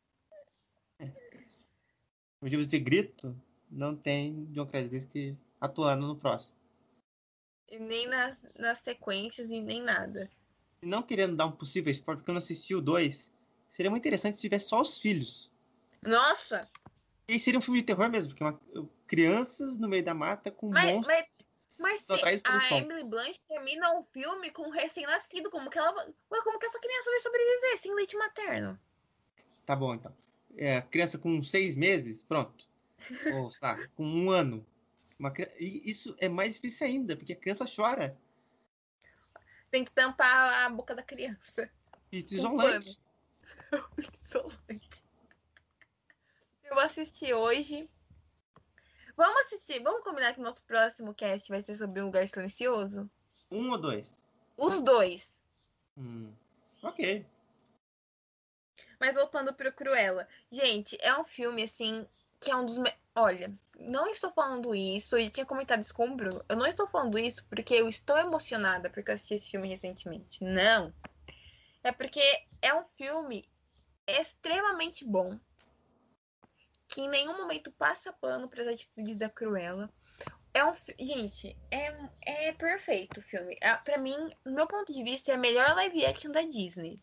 Motivos de grito não tem John Krasinski atuando no próximo. E nem nas sequências e nem nada. E não querendo dar um possível spoiler, porque eu não assisti o 2, seria muito interessante se tivesse só os filhos. Nossa! E aí seria um filme de terror mesmo, porque crianças no meio da mata com Mas, monstros mas, mas são atraídos pelo a som. Emily Blunt termina um filme com um recém-nascido. Como que ela. Ué, como que essa criança vai sobreviver sem leite materno? Tá bom, então. Criança com 6 meses, pronto. Ou, sei lá, com 1 ano. E isso é mais difícil ainda, porque a criança chora. Tem que tampar a boca da criança Fita com um pano isolante. isolante. Eu assisti hoje. Vamos assistir, vamos combinar que o nosso próximo cast vai ser sobre Um Lugar Silencioso? 1 ou 2? Os dois. Ok. Mas voltando pro Cruella. Gente, é um filme, assim, que é um dos. Olha, não estou falando isso, eu tinha comentado isso com o Bruno. Eu não estou falando isso porque eu estou emocionada porque eu assisti esse filme recentemente. Não. É porque é um filme extremamente bom, que em nenhum momento passa pano para as atitudes da Cruella. Gente, é perfeito o filme. Pra mim, no meu ponto de vista, é a melhor live action da Disney.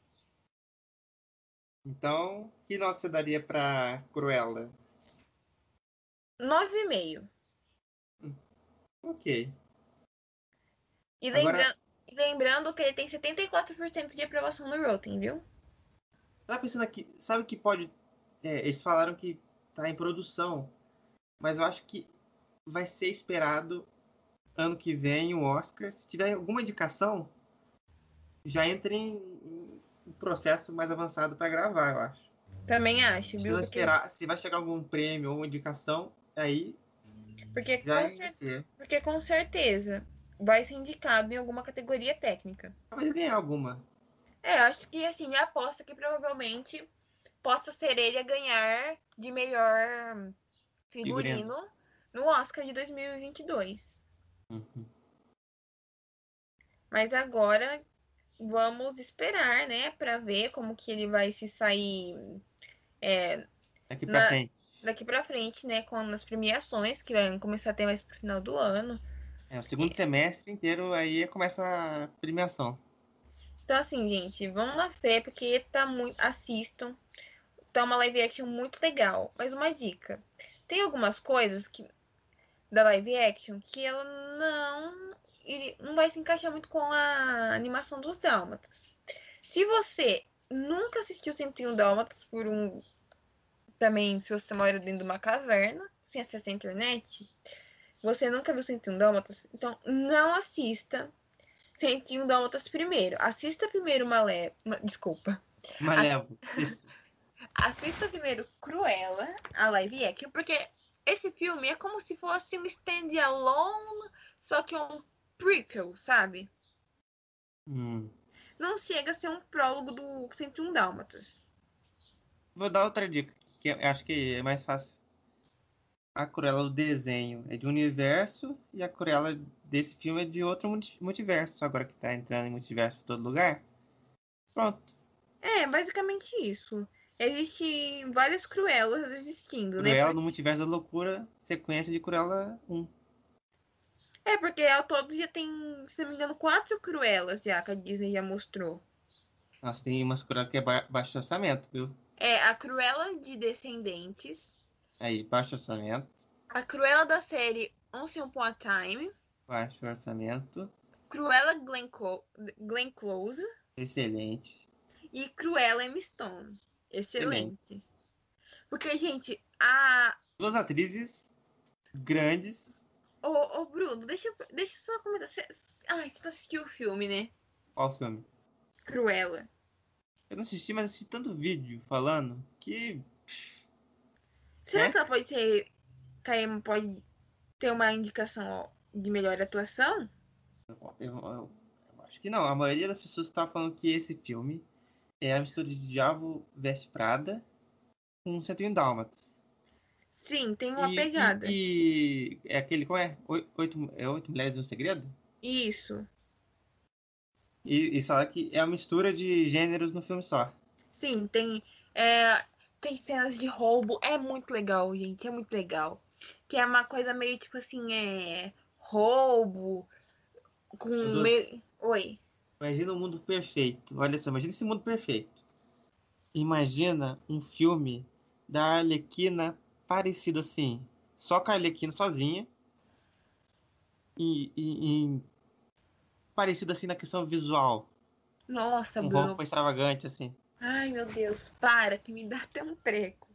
Então, que nota você daria pra Cruella? 9,5. Ok. E Agora, lembrando que ele tem 74% de aprovação no Rotten, viu? tava pensando aqui, sabe o que pode. Eles falaram que tá em produção, mas eu acho que vai ser esperado ano que vem o Oscar. Se tiver alguma indicação, já entra em um processo mais avançado para gravar, eu acho. Também acho, Se viu? não esperar, se vai chegar algum prêmio ou indicação, aí Porque, já com, vai ser. porque com certeza vai ser indicado em alguma categoria técnica. Mas ganhar alguma. Acho que assim, aposta que provavelmente possa ser ele a ganhar de melhor Figurino. figurino no Oscar de 2022. Uhum. Mas agora vamos esperar, né, para ver como que ele vai se sair é, Daqui pra na, frente. daqui para frente, né, com as premiações que vai começar a ter mais pro final do ano. O segundo semestre inteiro aí começa a premiação. Então, assim, gente, vamos na fé, porque tá muito. Assistam. Tá uma live action muito legal. Mas uma dica: tem algumas coisas que da live action que ela não vai se encaixar muito com a animação dos Dálmatas. Se você nunca assistiu 101 Dálmatas por um. Também, se você mora dentro de uma caverna, sem acesso à internet, você nunca viu 101 Dálmatas, então não assista 101 Dálmatas primeiro. Assista primeiro Desculpa. Malévo. Assista. Assista primeiro Cruella, a live action, porque esse filme é como se fosse um stand-alone, só que um prequel, sabe? Hum. Não chega a ser um prólogo do 101 Dálmatas. Vou dar outra dica, que eu acho que é mais fácil. A Cruella do desenho é de um universo e a Cruella desse filme é de outro multiverso. Agora que tá entrando em multiverso em todo lugar. Pronto. É, basicamente isso. Existem várias Cruellas existindo, né? Cruella no multiverso da loucura, sequência de Cruella 1. É, porque ao todo já tem, se não me engano, 4 Cruellas já que a Disney já mostrou. Nossa, tem umas Cruella que é baixo orçamento, viu? É a Cruella de Descendentes, Aí, baixo orçamento, a Cruella da série Once Upon a Time, baixo orçamento, Cruella Glenn Close excelente, e Cruella M. Stone. excelente. Excelente. Porque, gente, a. Duas atrizes grandes. Ô, Bruno, deixa eu só comentar. Ai, você não assistiu o filme, né? Qual filme? Cruella. Eu não assisti, mas assisti tanto vídeo falando que, Será né? que ela pode ser. Pode ter uma indicação ó, de melhor atuação? Eu acho que não. A maioria das pessoas está falando que esse filme é a mistura de Diabo Veste Prada com 101 Dálmatas. Sim, tem uma E, e, pegada. e é aquele, qual é? Oito Mulheres e um Segredo? Isso. E fala que é a mistura de gêneros no filme só. Sim, tem. É, tem cenas de roubo. É muito legal, gente. É muito legal. Que é uma coisa meio tipo assim, roubo com Ô, Doce, meio. Oi. imagina um mundo perfeito. Olha só, imagina esse mundo perfeito. Imagina um filme da Arlequina parecido assim. Só com a Arlequina sozinha. E parecido assim na questão visual. Nossa, Com Bruno. roupa extravagante, assim. Ai, meu Deus, para, que me dá até um treco.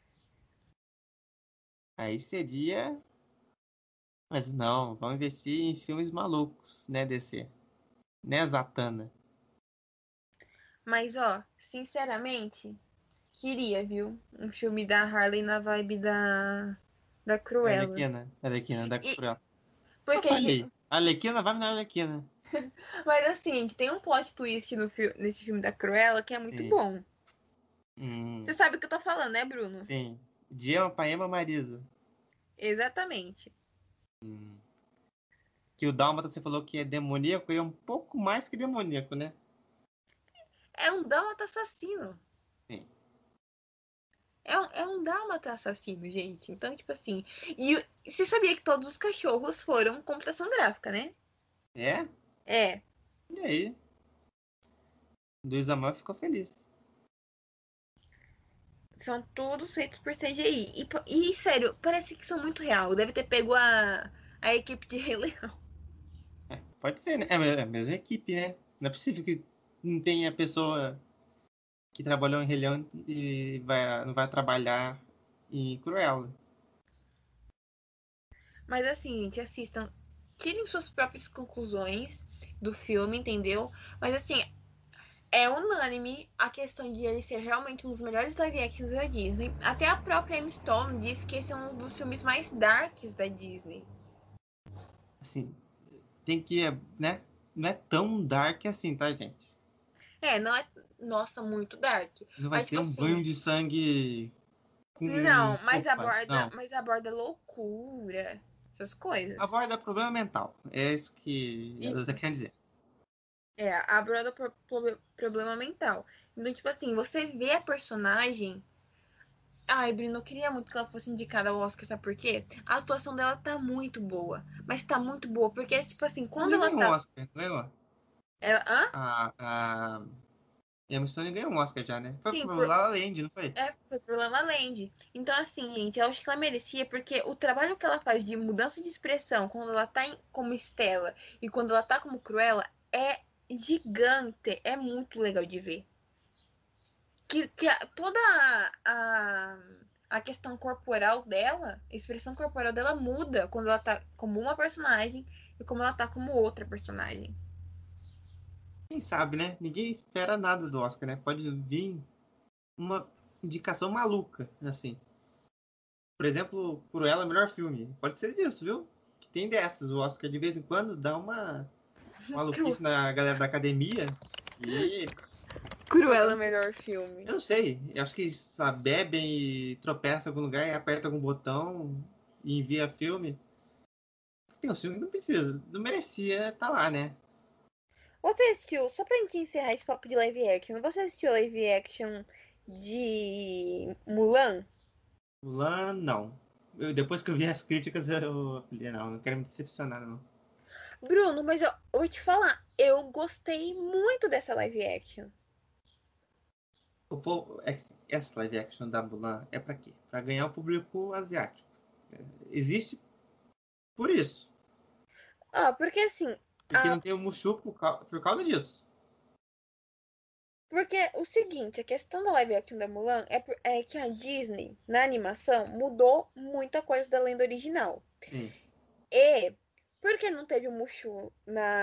Aí seria. Mas não, vamos investir em filmes malucos, né, DC? Né, Zatanna? Mas, ó, sinceramente, queria, viu? Um filme da Harley na vibe da Cruella. Arlequina, da E, Cruella. Eu porque, falei, Arlequina vai me dar Arlequina. mas assim, tem um plot twist nesse filme da Cruella que é muito Sim. bom. Você Hum, sabe o que eu tô falando, né, Bruno? sim. Diema Paema Marisa. Exatamente. Hum. Que o Dálmata você falou que é demoníaco e é um pouco mais que demoníaco, né? É um dálmata assassino. Sim. É um dálmata assassino, gente. Então, tipo assim. E você sabia que todos os cachorros foram computação gráfica, né? É? É. E aí? Luiz Amar ficou feliz. São todos feitos por CGI. E, sério, parece que são muito real. Deve ter pego a equipe de Rei Leão. É, pode ser, né? É a mesma equipe, né? Não é possível que não tenha pessoa que trabalhou em Rei Leão e não vai trabalhar em Cruella. Mas assim, gente, assistam. Tirem suas próprias conclusões do filme, entendeu? Mas assim, é unânime a questão de ele ser realmente um dos melhores live actions da Disney. Até a própria Emma Stone disse que esse é um dos filmes mais darks da Disney. Assim, tem que, né? Não é tão dark assim, tá, gente? É, não é, nossa, muito dark. Não vai Mas, ser tipo um assim, banho de sangue com não, mas roupas, não. aborda loucura, essas coisas. Aborda problema mental. É isso que elas Isso. querem dizer. Aborda problema mental. Então, tipo assim, você vê a personagem. Ai, Bruno, eu queria muito que ela fosse indicada ao Oscar, sabe por quê? A atuação dela tá muito boa. Mas tá muito boa, porque, tipo assim, Ela quando já ela ganhou um tá. Oscar, não ganhou? Hã? A Emma Stone ganhou um Oscar já, né? Foi Sim, pro La La Land, não foi? foi pro La La Land. Então, assim, gente, eu acho que ela merecia, porque o trabalho que ela faz de mudança de expressão quando ela tá como Estela e quando ela tá como Cruella é gigante. É muito legal de ver. Toda a questão corporal dela, a expressão corporal dela muda quando ela tá como uma personagem e como ela tá como outra personagem. Quem sabe, né? Ninguém espera nada do Oscar, né? Pode vir uma indicação maluca, assim. Por exemplo, Cruella, melhor filme. Pode ser disso, viu? Tem dessas. O Oscar de vez em quando dá uma. maluquice na galera da academia. E Cruella é o melhor filme. eu não sei, eu acho que sabe, bebem e tropeçam em algum lugar e aperta algum botão e envia filme. Tem um filme que não precisa, não merecia estar lá, né? Você assistiu, só pra gente encerrar esse papo de live action, você assistiu live action de Mulan? Mulan, não. Depois que eu vi as críticas, eu falei, não quero me decepcionar, não. Bruno, mas eu vou te falar, eu gostei muito dessa live action. O povo, essa live action da Mulan é pra quê? Pra ganhar o público asiático. Existe por isso. Ah, porque assim, Porque não tem o Mushu por causa disso. porque o seguinte, a questão da live action da Mulan é que a Disney, na animação, mudou muita coisa da lenda original. Sim. E por que não teve o Mushu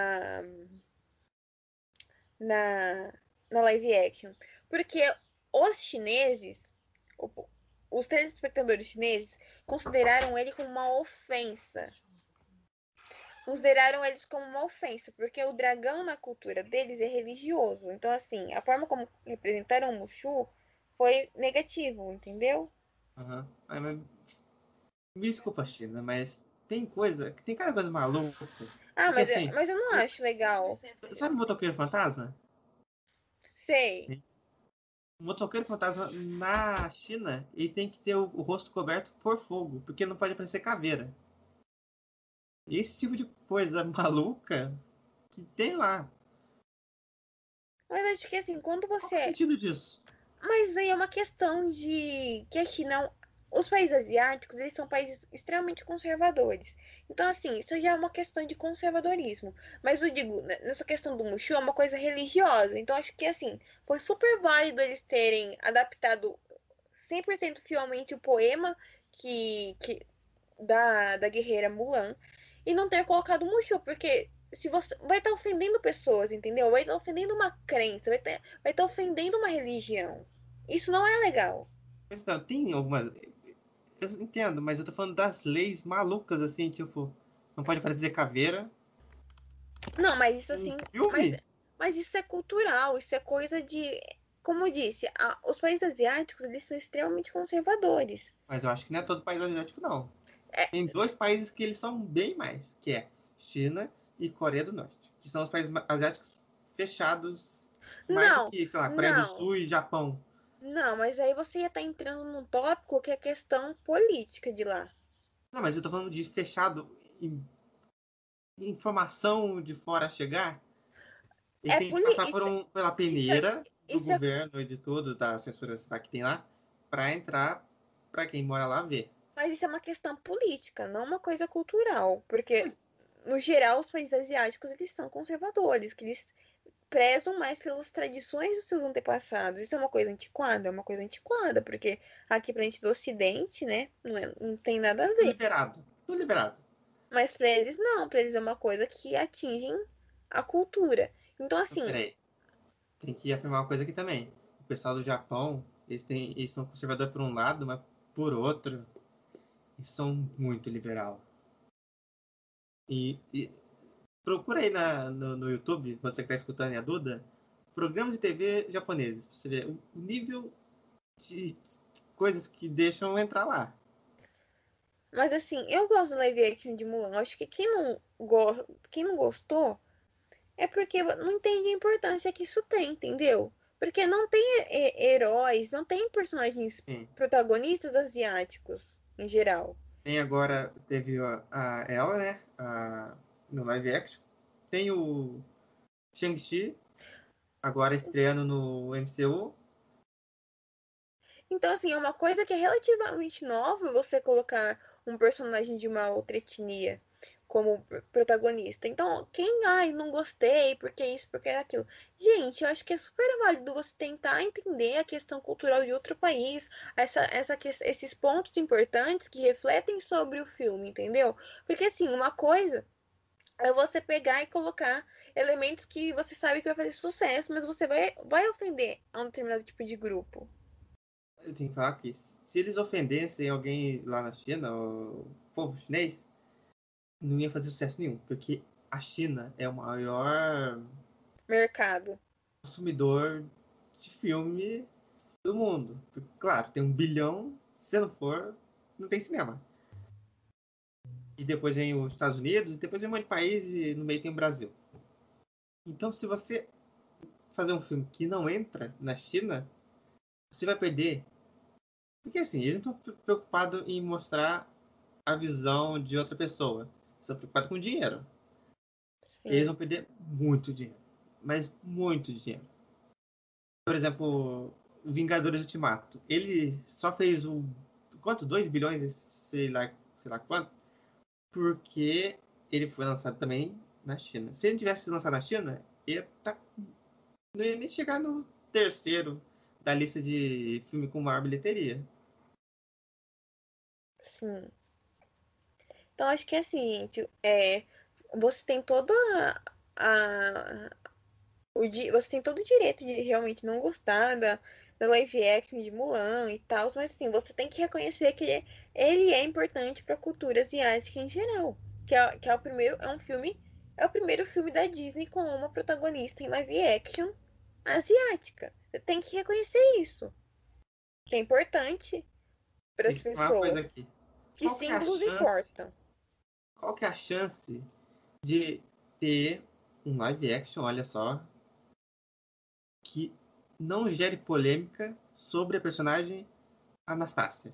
na, na live action? Porque os chineses, os telespectadores chineses, consideraram ele como uma ofensa. Consideraram eles como uma ofensa, porque o dragão na cultura deles é religioso. Então, assim, a forma como representaram o Mushu foi negativo, entendeu? Uhum. Ai, mas, me desculpa, China, mas tem cada coisa maluca. Ah, Porque assim, mas eu não acho legal. sabe o motoqueiro fantasma? Sei. O motoqueiro fantasma na China, ele tem que ter o rosto coberto por fogo, porque não pode aparecer caveira. E esse tipo de coisa maluca que tem lá. Mas acho que assim, quando Qual que é o você. sentido disso? Mas aí é uma questão de que a China. Os países asiáticos, eles são países extremamente conservadores. Então, assim, isso já é uma questão de conservadorismo. Mas eu digo, nessa questão do Mushu é uma coisa religiosa. Então, acho que, assim, foi super válido eles terem adaptado 100% fielmente o poema da guerreira Mulan e não ter colocado Mushu, porque se você vai estar ofendendo pessoas, entendeu? Vai estar ofendendo uma crença, vai estar ofendendo uma religião. Isso não é legal. Mas não, tem algumas. Eu entendo, mas eu tô falando das leis malucas, assim, tipo, não pode aparecer caveira. Não, mas isso Um assim, mas, filme? mas isso é cultural, isso é coisa de, como eu disse, os países asiáticos, eles são extremamente conservadores. Mas eu acho que não é todo país asiático, não. É, Tem dois países que eles são bem mais, que é China e Coreia do Norte, que são os países asiáticos fechados mais do não, que, sei lá, Coreia do não. Sul e Japão. Não, mas aí você ia estar entrando num tópico que é questão política de lá. Não, mas eu tô falando de fechado em informação de fora chegar. Eles É têm que poli passar pela isso, é- peneira do isso é, governo e de tudo, da censura que tem lá, para entrar, para quem mora lá ver. mas isso é uma questão política, não uma coisa cultural, porque no geral os países asiáticos eles são conservadores, que eles prezam mais pelas tradições dos seus antepassados. Isso é uma coisa antiquada, é uma coisa antiquada, porque aqui pra gente do Ocidente, né, não tem nada a Tudo ver. liberado. Tudo liberado. Mas pra eles não, pra eles é uma coisa que atinge a cultura. Então Mas assim, peraí, tem que afirmar uma coisa aqui também. O pessoal do Japão, eles são conservadores por um lado, mas por outro, eles são muito liberal. E procura aí no YouTube, você que está escutando e a Duda, programas de TV japoneses, pra você ver o nível de coisas que deixam entrar lá. mas assim, eu gosto do live action de Mulan. Eu acho que quem não gostou é porque não entende a importância que isso tem, entendeu? Porque não tem heróis, não tem personagens Sim. protagonistas asiáticos, em geral. Tem agora, teve ela, né? No live action. Tem o Shang-Chi, agora estreando no MCU. Então, assim, é uma coisa que é relativamente nova você colocar um personagem de uma outra etnia como protagonista. Então, ai, não gostei, porque isso, porque aquilo. Gente, eu acho que é super válido você tentar entender a questão cultural de outro país, esses pontos importantes que refletem sobre o filme, entendeu? Porque, assim, uma coisa é você pegar e colocar elementos que você sabe que vai fazer sucesso, mas você vai ofender a um determinado tipo de grupo. Eu tenho que falar que se eles ofendessem alguém lá na China, o povo chinês, não ia fazer sucesso nenhum. Porque a China é o maior Mercado. consumidor de filme do mundo. Claro, tem 1 bilhão, se não for, não tem cinema. E depois vem os Estados Unidos, e depois vem um monte de países, e no meio tem o Brasil. Então, se você fazer um filme que não entra na China, você vai perder. Porque assim, eles não estão preocupados em mostrar a visão de outra pessoa. Eles estão preocupados com dinheiro. Eles Sim. vão perder muito dinheiro. Mas muito dinheiro. Por exemplo, Vingadores Ultimato. Ele só fez o. Quanto? 2 bilhões, sei lá quanto? Porque ele foi lançado também na China. Se ele tivesse sido lançado na China, não ia nem chegar no terceiro da lista de filme com maior bilheteria. Sim. Então acho que é assim, você tem toda a, você tem todo o direito de realmente não gostar da live action de Mulan e tal, mas assim, você tem que reconhecer que ele é importante para a cultura asiática em geral. Que é o primeiro, é o primeiro filme da Disney com uma protagonista em live action asiática. Você tem que reconhecer isso. Que é importante para Tem as que falar uma coisa pessoas. aqui. Que Qual que é a símbolos chance? importam. Qual que é a chance de ter um live action, olha só, que não gere polêmica sobre a personagem Anastácia?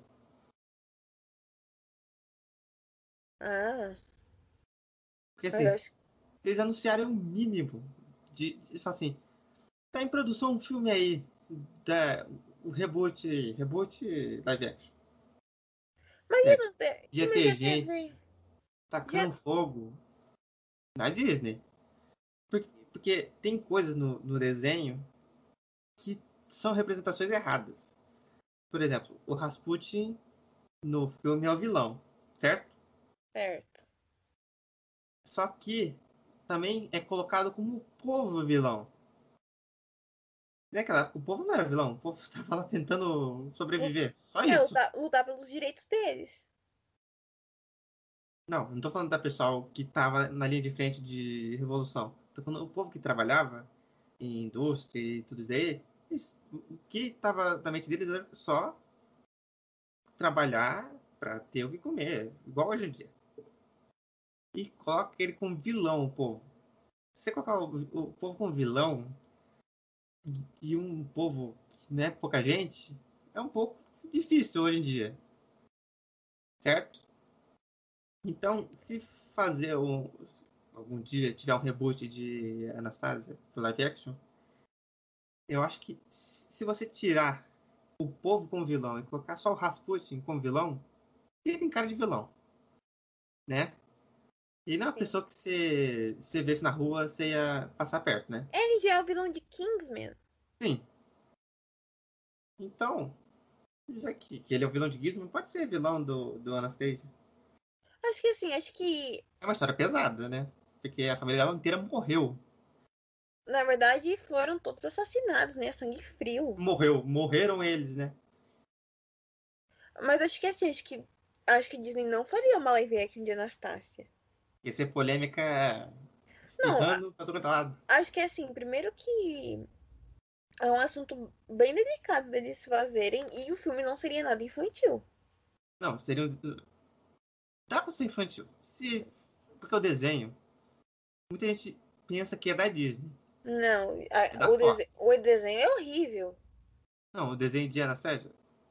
Ah, Porque mas assim, acho. eles anunciaram o mínimo de falar assim, tá em produção um filme aí, o reboot live action. Mas Né? já não tem. Ia Mas ter já teve. gente Já. tacando fogo na Disney. Porque tem coisas no desenho que são representações erradas. Por exemplo, o Rasputin no filme é o vilão, certo? Certo. Só que também é colocado como o povo vilão. Naquela época, o povo não era vilão, o povo estava lá tentando Lut- sobreviver. Só isso. lutar pelos direitos deles. Não tô falando da pessoal que estava na linha de frente de revolução. Tô falando o povo que trabalhava em indústria e tudo isso aí. O que estava na mente deles era só trabalhar para ter o que comer, igual hoje em dia. E coloca ele como vilão, o povo. Se você colocar o povo como vilão e um povo que não é pouca gente, é um pouco difícil hoje em dia, certo? Então, se fazer algum dia tiver um reboot de Anastasia pro live action, eu acho que se você tirar o povo como vilão e colocar só o Rasputin como vilão, ele tem cara de vilão, né? E não é uma Sim. pessoa que você vê na rua, você ia passar perto, né? Ele já é o vilão de Kingsman. Sim. Então, já que ele é o vilão de Gizmo, pode ser vilão do Anastasia. Acho que assim, acho que. É uma história pesada, né? Porque a família dela inteira morreu. Na verdade, foram todos assassinados, né? Sangue frio. Morreram eles, né? Mas acho que assim, acho que Disney não faria uma live action de Anastácia. Ia ser polêmica Não, espirrando pra todo lado. acho que assim, primeiro que é um assunto bem delicado deles fazerem e o filme não seria nada infantil. Não, seria. Dá pra ser infantil. Porque o desenho, muita gente pensa que é da Disney. Não, É da Fox. o desenho é horrível. Não, o desenho de Anastasia,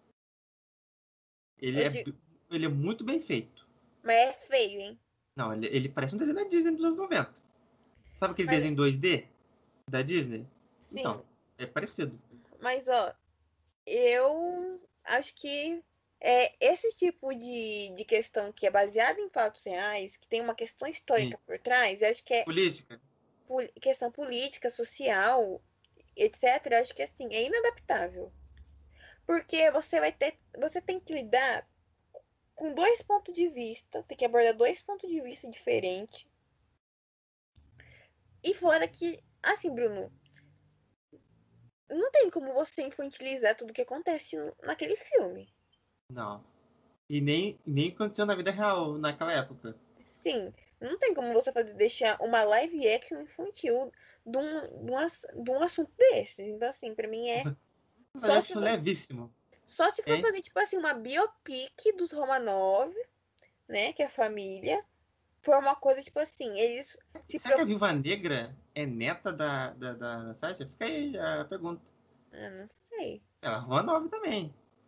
ele Eu é, digo, ele é muito bem feito. mas é feio, hein? Não, ele parece um desenho da Disney dos anos 90. Sabe aquele Mas, desenho 2D da Disney? Então, sim, é parecido. mas ó, eu acho que esse tipo de questão que é baseada em fatos reais, que tem uma questão Sim. histórica por trás, eu acho que é Política. questão política, social, etc. Eu acho que assim, é inadaptável. Porque você tem que lidar com dois pontos de vista, tem que abordar dois pontos de vista diferentes. E fora que, assim, Bruno, não tem como você infantilizar tudo que acontece naquele filme. Não. E nem aconteceu na vida real naquela época. Sim, Não tem como você deixar uma live action infantil de um assunto desses. Então, assim, pra mim é. Mas Só se, acho levíssimo, só se for hein? fazer, tipo assim, uma biopic dos Romanov, né? Que é a família. Foi uma coisa, tipo assim, eles se Será que a preocupam. Viúva Negra é neta da Sasha? Fica aí a pergunta. Ah, não sei. Ela é Romanoff também.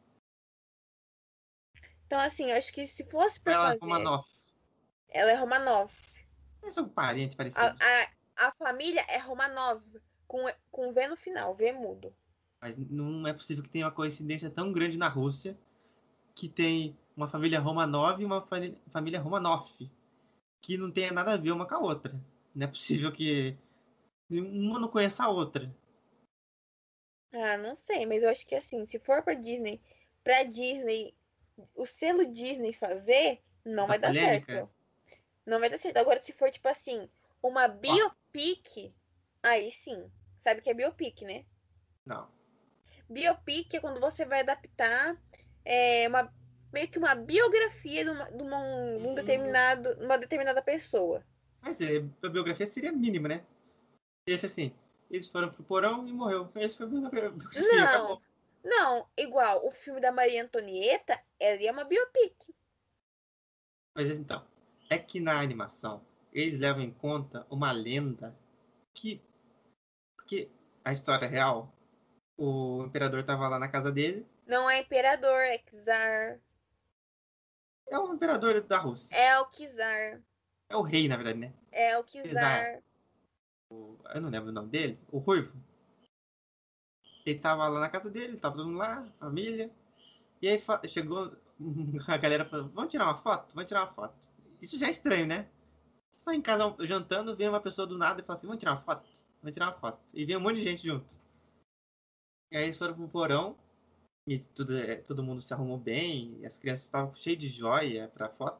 Então, assim, eu acho que se fosse Ou pra ela é fazer. Romanoff? Ela é Romanov. Eles são parentes A, parecidos. a família é Romanov, com V no final, V mudo. Mas não é possível que tenha uma coincidência tão grande na Rússia que tem uma família Romanov e uma família Romanoff, que não tenha nada a ver uma com a outra. Não é possível que uma não conheça a outra. Ah, não sei, mas eu acho que assim, se for pra Disney, o selo Disney fazer, não Essa vai dar polêmica? certo. Não vai dar certo. Agora, se for, tipo assim, uma Ó, biopic, aí sim. Sabe o que é biopic, né? não. Biopic é quando você vai adaptar meio que uma biografia Hum, uma determinada pessoa. mas a biografia seria mínima, né? Esse assim, eles foram pro porão e morreu. Esse foi a biografia, Não, acabou. não, igual o filme da Maria Antonieta, ela é uma biopic. Mas então, é que na animação eles levam em conta uma lenda que, porque a história real, o imperador estava lá na casa dele, Não é imperador, é czar. é o imperador da Rússia, É o czar. é o rei na verdade, né? É o Czar, czar. eu não lembro o nome dele, o Ruivo. Ele tava lá na casa dele, tava todo mundo lá, família, e aí chegou a galera falou, vamos tirar uma foto? Vamos tirar uma foto. Isso já é estranho, né? Você tá em casa jantando, vem uma pessoa do nada e fala assim, vamos tirar uma foto? Vamos tirar uma foto. E vem um monte de gente junto. E aí eles foram pro porão, e todo mundo se arrumou bem, e as crianças estavam cheias de joia pra foto.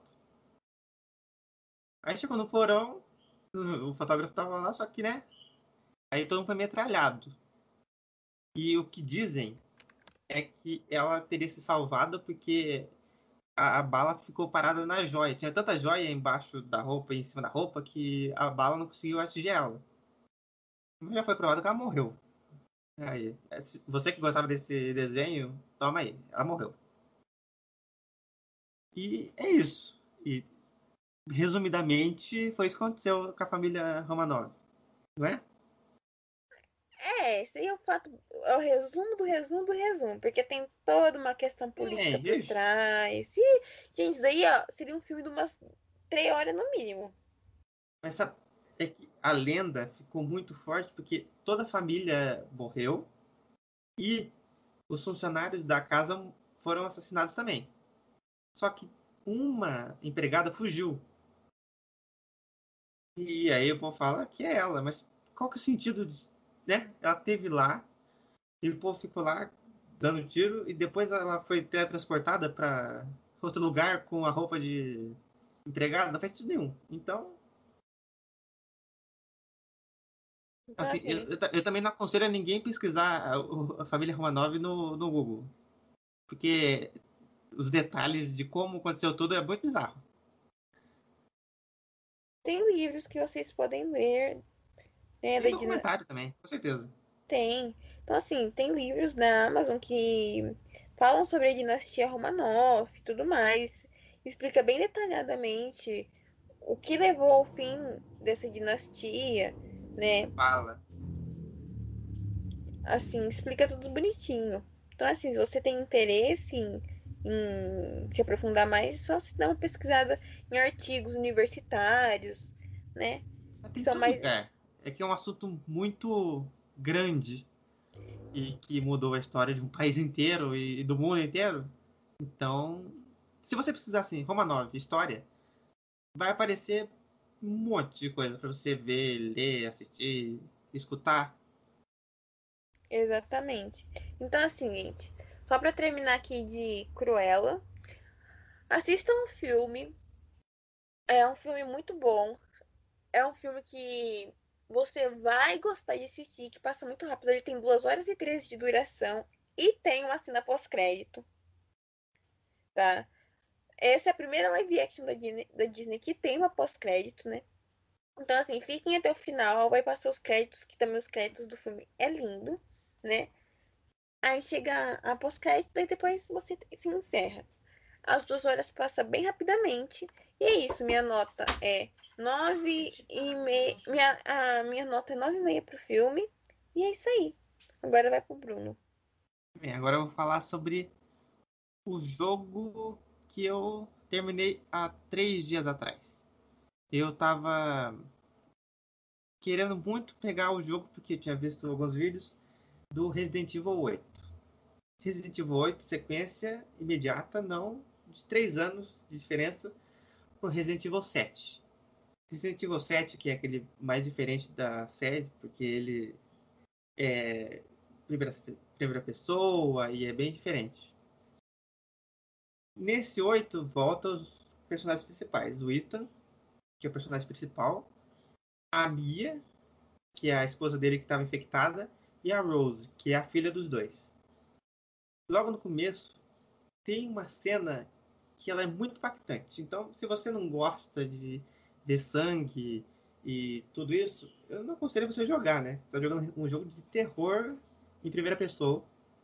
Aí chegou no porão, o fotógrafo tava lá, só que, né? Aí todo mundo foi metralhado. E o que dizem é que ela teria se salvado porque a bala ficou parada na joia. Tinha tanta joia embaixo da roupa e em cima da roupa que a bala não conseguiu atingir ela. Mas já foi provado que ela morreu. Aí, você que gostava desse desenho, toma aí, ela morreu. E é isso. E, resumidamente, foi isso que aconteceu com a família Romanov, não é? Esse aí é o fato, é o resumo do resumo do resumo, porque tem toda uma questão política É, por trás. E, gente, isso aí, ó, seria um filme de umas 3 horas no mínimo. mas sabe, é que a lenda ficou muito forte porque toda a família morreu e os funcionários da casa foram assassinados também. Só que uma empregada fugiu. E aí o povo fala que é ela, mas qual que é o sentido disso? Né? Ela teve lá e o povo ficou lá dando tiro e depois ela foi teletransportada para outro lugar com a roupa de empregada, não faz sentido nenhum. Então, Então, assim, assim, eu também não aconselho a ninguém pesquisar a família Romanov no Google, porque os detalhes de como aconteceu tudo é muito bizarro. tem livros que vocês podem ler, né, Tem documentário também, com certeza. Tem. Então, assim, tem livros na Amazon que falam sobre a dinastia Romanov e tudo mais. Explica bem detalhadamente o que levou ao fim dessa dinastia, né? Fala. Assim, explica tudo bonitinho. Então, assim, se você tem interesse em se aprofundar mais, é só se dar uma pesquisada em artigos universitários, né? Que Tem em são todo mais. lugar. É que é um assunto muito grande e que mudou a história de um país inteiro e do mundo inteiro. Então, se você precisar assim, Romanov, história, vai aparecer um monte de coisa para você ver, ler, assistir, escutar. Exatamente. Então, assim, gente, só pra terminar aqui de Cruella, assista um filme. É um filme muito bom. É um filme que você vai gostar de assistir, que passa muito rápido. Ele tem 2 horas e 13 de duração e tem uma cena pós-crédito, tá? essa é a primeira live action da Disney que tem uma pós-crédito, né? Então, assim, fiquem até o final, vai passar os créditos, que também os créditos do filme é lindo, né? Aí chega a pós-crédito, daí depois você se encerra. As 2 horas passam bem rapidamente. E é isso, minha nota é 9,5. A minha nota é 9,5 pro filme. E é isso aí. Agora vai pro Bruno. Bem, agora eu vou falar sobre o jogo que eu terminei há 3 dias atrás. Eu tava querendo muito pegar o jogo, porque eu tinha visto alguns vídeos do Resident Evil 8. Resident Evil 8, sequência imediata, não de 3 anos de diferença, pro Resident Evil 7. Resident Evil 7, que é aquele mais diferente da série, porque ele é primeira pessoa e é bem diferente. Nesse 8, volta os personagens principais. O Ethan, que é o personagem principal, a Mia, que é a esposa dele que estava infectada, e a Rose, que é a filha dos dois. Logo no começo, tem uma cena que ela é muito impactante. Então, se você não gosta de sangue e tudo isso, eu não aconselho você jogar, né? Tá jogando um jogo de terror em primeira pessoa.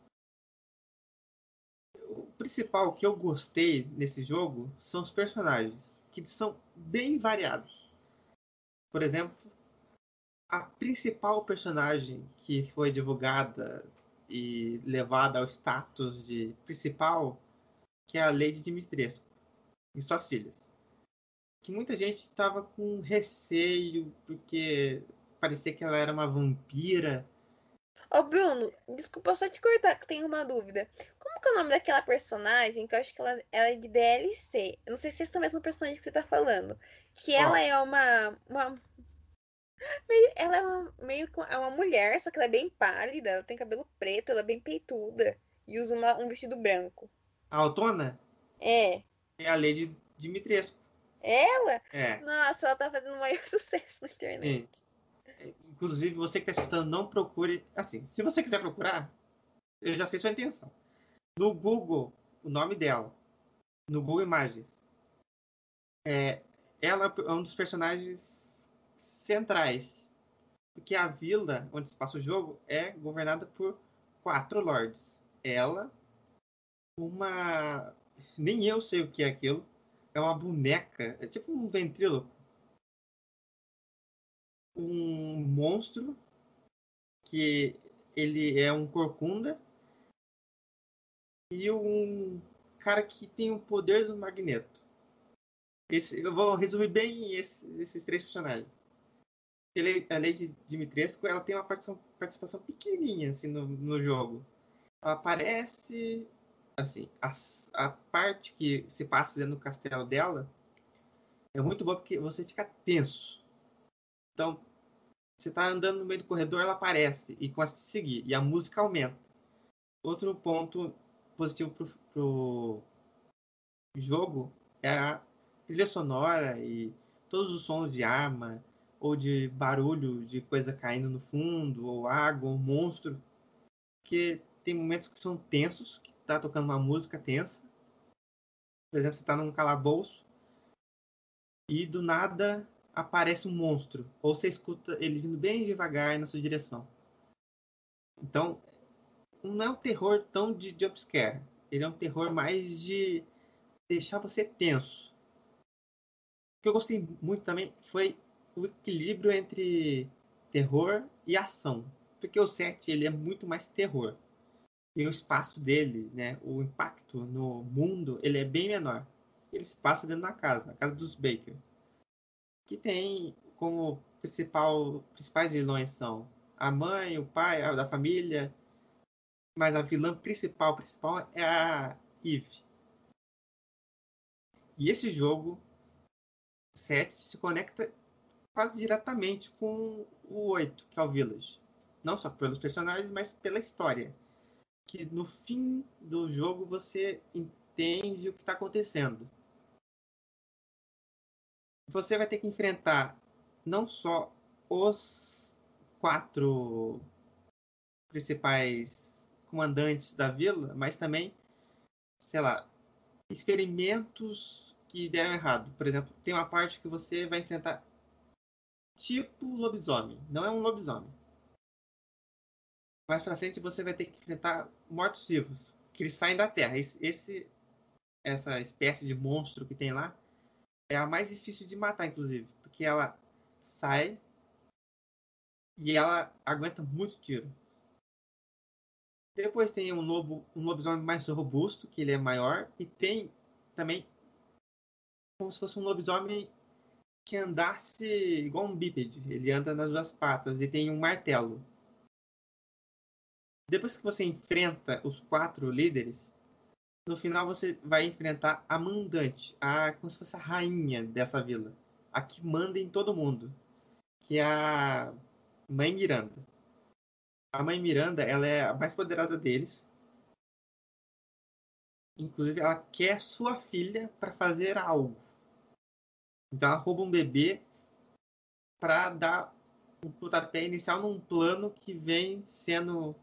O principal que eu gostei nesse jogo são os personagens, que são bem variados. Por exemplo, a principal personagem que foi divulgada e levada ao status de principal, que é a Lady Dimitrescu, e suas filhas. Que muita gente estava com receio, porque parecia que ela era uma vampira. Ô, Bruno, desculpa só te cortar, que eu tenho uma dúvida. Como que é o nome daquela personagem que eu acho que ela é de DLC? Eu não sei se é essa mesma personagem que você tá falando. Que ela Ó, é ela é é uma mulher, só que ela é bem pálida, ela tem cabelo preto, ela é bem peituda. E usa um vestido branco. a Autona É. é a Lady Dimitrescu. Ela? É, Nossa, ela tá fazendo o maior sucesso na internet. sim. Inclusive, você que está escutando, não procure. Assim, se você quiser procurar, eu já sei sua intenção. No Google, o nome dela. No Google Imagens. É, ela é um dos personagens centrais. Porque a vila onde se passa o jogo é governada por 4 lords. Ela, uma. Nem eu sei o que é aquilo. É uma boneca. É tipo um ventríloco. Um monstro que ele é um corcunda e um cara que tem o poder do Magneto. Eu vou resumir bem esses 3 personagens. A Lady Dimitrescu, ela tem uma participação pequenininha assim, no jogo. Ela aparece, assim, a parte que se passa dentro do castelo dela é muito boa porque você fica tenso. Então, você tá andando no meio do corredor, ela aparece e começa a te seguir. E a música aumenta. Outro ponto positivo pro jogo é a trilha sonora e todos os sons de arma ou de barulho de coisa caindo no fundo, ou água, ou monstro, que tem momentos que são tensos, que tá tocando uma música tensa. Por exemplo, você tá num calabouço e do nada aparece um monstro, ou você escuta ele vindo bem devagar na sua direção. Então, não é um terror tão de jumpscare. Ele é um terror mais de deixar você tenso. O que eu gostei muito também foi o equilíbrio entre terror e ação. Porque o 7 ele é muito mais terror. E o espaço dele, né, o impacto no mundo, ele é bem menor. Ele se passa dentro da casa, a casa dos Baker. Que tem como principais vilões são a mãe, o pai, a da família, mas a vilã principal é a Eve. E esse jogo 7 se conecta quase diretamente com o 8, que é o Village. Não só pelos personagens, mas pela história. Que no fim do jogo você entende o que está acontecendo. Você vai ter que enfrentar não só os 4 principais comandantes da vila, mas também, sei lá, experimentos que deram errado. Por exemplo, tem uma parte que você vai enfrentar tipo lobisomem. Não é um lobisomem. Mais pra frente você vai ter que enfrentar mortos-vivos, que eles saem da Terra. Essa espécie de monstro que tem lá é a mais difícil de matar, inclusive. Porque ela sai e ela aguenta muito tiro. Depois tem um lobisomem mais robusto, que ele é maior. E tem também como se fosse um lobisomem que andasse igual um bípede. Ele anda nas duas patas e tem um martelo. Depois que você enfrenta os 4 líderes, no final você vai enfrentar a mandante, como se fosse a rainha dessa vila. A que manda em todo mundo. Que é a Mãe Miranda. A Mãe Miranda, ela é a mais poderosa deles. Inclusive, ela quer sua filha para fazer algo. Então, ela rouba um bebê para dar um pontapé inicial num plano que vem sendo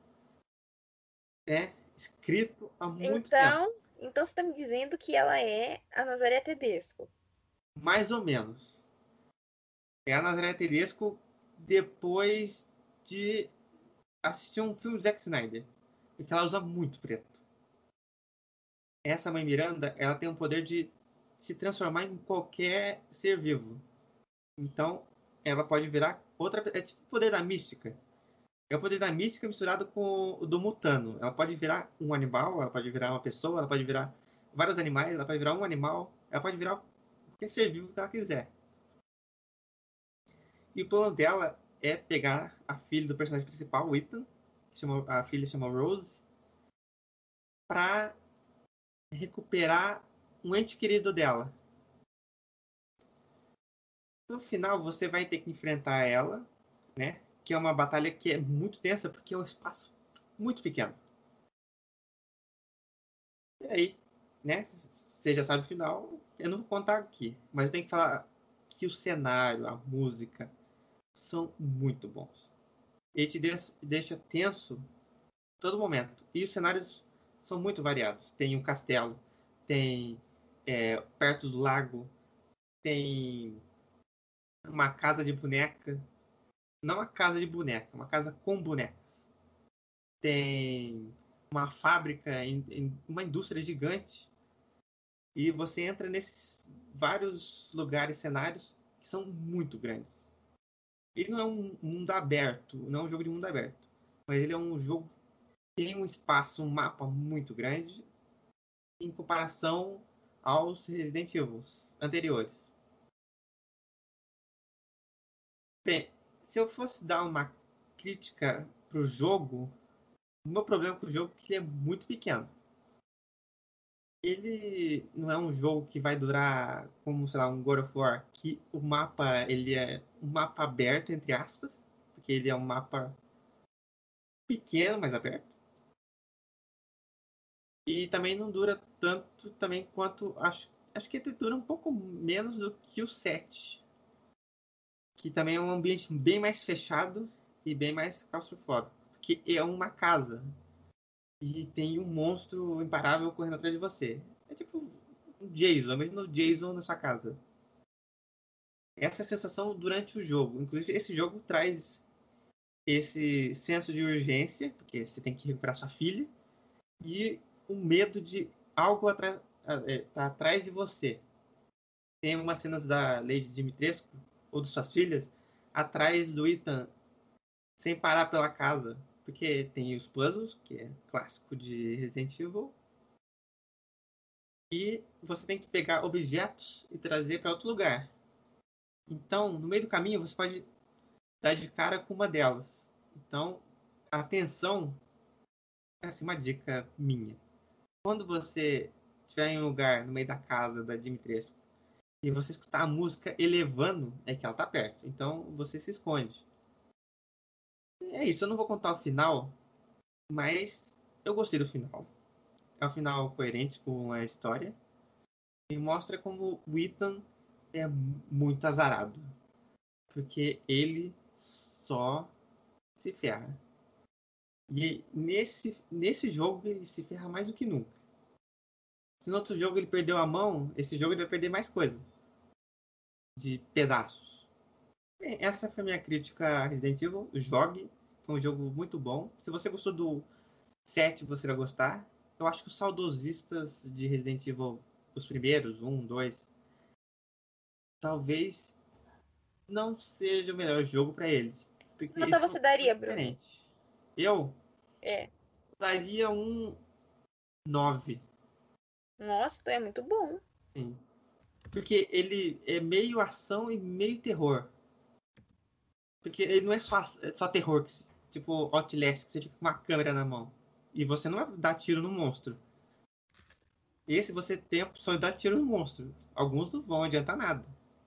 escrito há muito tempo. Então você tá me dizendo que ela é a Nazaré Tedesco. Mais ou menos. É a Nazaré Tedesco depois de assistir um filme do Zack Snyder. Porque ela usa muito preto. Essa Mãe Miranda, ela tem o poder de se transformar em qualquer ser vivo. Então, ela pode virar outra... É tipo o poder da mística. É o poder da mística misturado com o do mutano. Ela pode virar um animal, ela pode virar uma pessoa, ela pode virar vários animais, ela pode virar um animal, ela pode virar qualquer ser vivo que ela quiser. E o plano dela é pegar a filha do personagem principal, o Ethan, a filha chama Rose, para recuperar um ente querido dela. No final, você vai ter que enfrentar ela, né? Que é uma batalha que é muito tensa, porque é um espaço muito pequeno. E aí, né? Você já sabe o final, eu não vou contar aqui. Mas eu tenho que falar que o cenário, a música, são muito bons. Ele te deixa tenso todo momento. E os cenários são muito variados. Tem um castelo, tem perto do lago, tem uma casa de boneca. Não uma casa de boneca, uma casa com bonecas. Tem uma fábrica, uma indústria gigante. E você entra nesses vários lugares, cenários que são muito grandes. Ele não é um mundo aberto, não é um jogo de mundo aberto. Mas ele é um jogo que tem um espaço, um mapa muito grande em comparação aos Resident Evil anteriores. Bem, se eu fosse dar uma crítica pro jogo, o meu problema com o jogo é que ele é muito pequeno. Ele não é um jogo que vai durar como, sei lá, um God of War, que o mapa, ele é um mapa aberto, entre aspas, porque ele é um mapa pequeno, mas aberto. E também não dura tanto também quanto, acho que ele dura um pouco menos do que o 7, que também é um ambiente bem mais fechado e bem mais claustrofóbico, porque é uma casa e tem um monstro imparável correndo atrás de você. É tipo um Jason, imagina o Jason na sua casa. Essa é a sensação durante o jogo. Inclusive, esse jogo traz esse senso de urgência, porque você tem que recuperar sua filha, e o medo de algo tá atrás de você. Tem umas cenas da Lady Dimitrescu, ou de suas filhas, atrás do Ethan, sem parar pela casa. Porque tem os puzzles, que é clássico de Resident Evil, e você tem que pegar objetos e trazer para outro lugar. Então, no meio do caminho, você pode dar de cara com uma delas. Então, atenção, essa é uma dica minha. Quando você estiver em um lugar no meio da casa da Dimitrescu e você escutar a música elevando, é que ela tá perto. Então, você se esconde. É isso, eu não vou contar o final, mas eu gostei do final. É um final coerente com a história e mostra como o Ethan é muito azarado. Porque ele só se ferra. E nesse jogo ele se ferra mais do que nunca. Se no outro jogo ele perdeu a mão, esse jogo ele vai perder mais coisa. De pedaços. Bem, essa foi a minha crítica a Resident Evil. Jogue. Foi um jogo muito bom. Se você gostou do 7, você vai gostar. Eu acho que os saudosistas de Resident Evil, os primeiros, 1, 2, talvez não seja o melhor jogo para eles. Porque Nota eles você são daria, muito Bruno? diferentes. Eu É. daria um 9. Nossa, então é muito bom. Sim. Porque ele é meio ação e meio terror. Porque ele não é só terror, tipo Outlast, que você fica com uma câmera na mão. E você não vai dar tiro no monstro. Esse você tem a opção de dar tiro no monstro. Alguns não vão adiantar nada.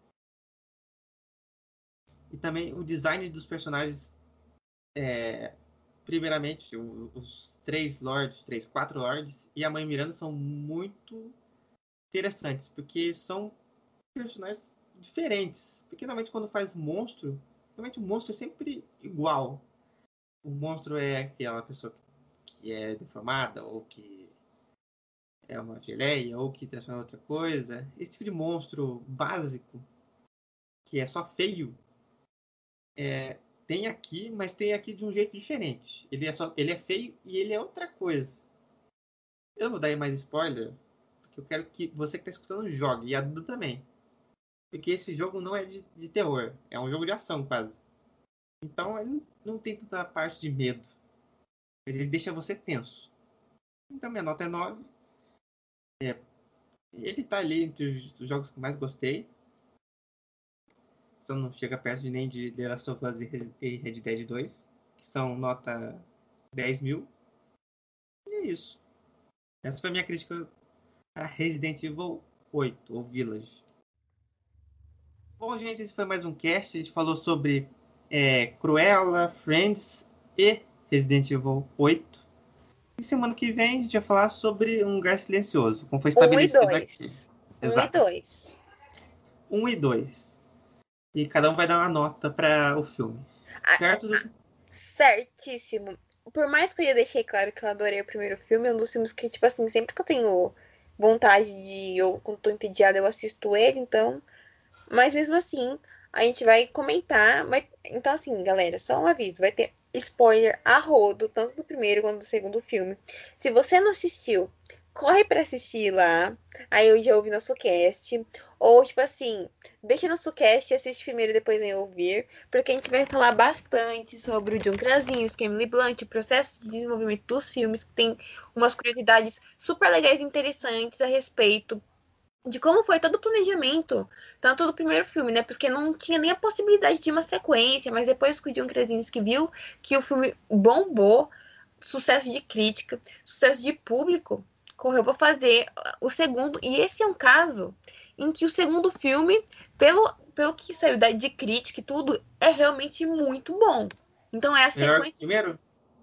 E também o design dos personagens. Primeiramente, os quatro lords e a mãe Miranda são muito interessantes. Porque são personagens diferentes. Porque normalmente quando faz monstro, normalmente o monstro é sempre igual. O monstro é aquela pessoa que é deformada, ou que é uma geleia, ou que transforma em outra coisa. Esse tipo de monstro básico, que é só feio, tem aqui, mas tem aqui de um jeito diferente. Ele é feio e ele é outra coisa. Eu não vou dar aí mais spoiler, porque eu quero que você que está escutando jogue, e a Duda também. Porque esse jogo não é de terror, é um jogo de ação quase. Então ele não tem tanta parte de medo, mas ele deixa você tenso. Então minha nota é 9. Ele tá ali entre os jogos que mais gostei. Só não chega perto de nem de The Last of Us e Red Dead 2, que são nota 10 mil. E é isso. Essa foi a minha crítica a Resident Evil 8, ou Village. Bom, gente, esse foi mais um cast. A gente falou sobre Cruella, Friends e Resident Evil 8. E semana que vem a gente vai falar sobre Um Lugar Silencioso, como foi 1 e estabelecido aqui. 2. 1 e Exato. 2. 1 e 2. E cada um vai dar uma nota para o filme. Certo? Certíssimo. Por mais que eu já deixei claro que eu adorei o primeiro filme, é um dos filmes que, tipo assim, sempre que eu tenho vontade de, ou quando tô entediada, eu assisto ele, então. Mas mesmo assim, a gente vai comentar. Então, assim, galera, só um aviso: vai ter spoiler a rodo, tanto do primeiro quanto do segundo filme. Se você não assistiu, corre pra assistir lá. Aí eu já ouvi nosso cast. Ou, tipo assim, deixa nosso cast e assiste primeiro e depois vem ouvir. Porque a gente vai falar bastante sobre o John Krasinski, Emily Blunt, o processo de desenvolvimento dos filmes, que tem umas curiosidades super legais e interessantes a respeito de como foi todo o planejamento, tanto do primeiro filme, né? Porque não tinha nem a possibilidade de uma sequência, mas depois que o John Krasinski viu que o filme bombou, sucesso de crítica, sucesso de público, correu para fazer o segundo. E esse é um caso em que o segundo filme, pelo que saiu de crítica e tudo, é realmente muito bom. Então é a Melhor que o sequência. primeiro?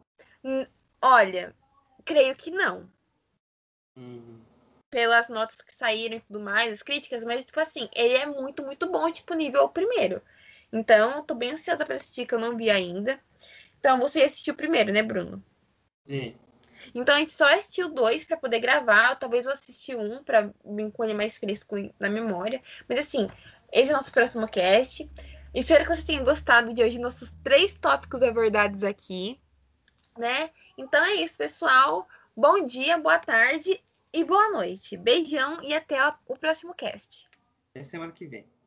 Olha, creio que não. Hum. Pelas notas que saíram e tudo mais, as críticas, mas, tipo assim, ele é muito, muito bom, tipo, nível primeiro. Então, tô bem ansiosa pra assistir, que eu não vi ainda. Então, você assistiu o primeiro, né, Bruno? Sim. Então, a gente só assistiu dois pra poder gravar. Talvez eu assisti um pra vir com ele mais fresco na memória. Mas, assim, esse é o nosso próximo cast. Espero que você tenha gostado de hoje, nossos 3 tópicos abordados aqui, né? Então é isso, pessoal. Bom dia, boa tarde e boa noite. Beijão e até o próximo cast. Até semana que vem.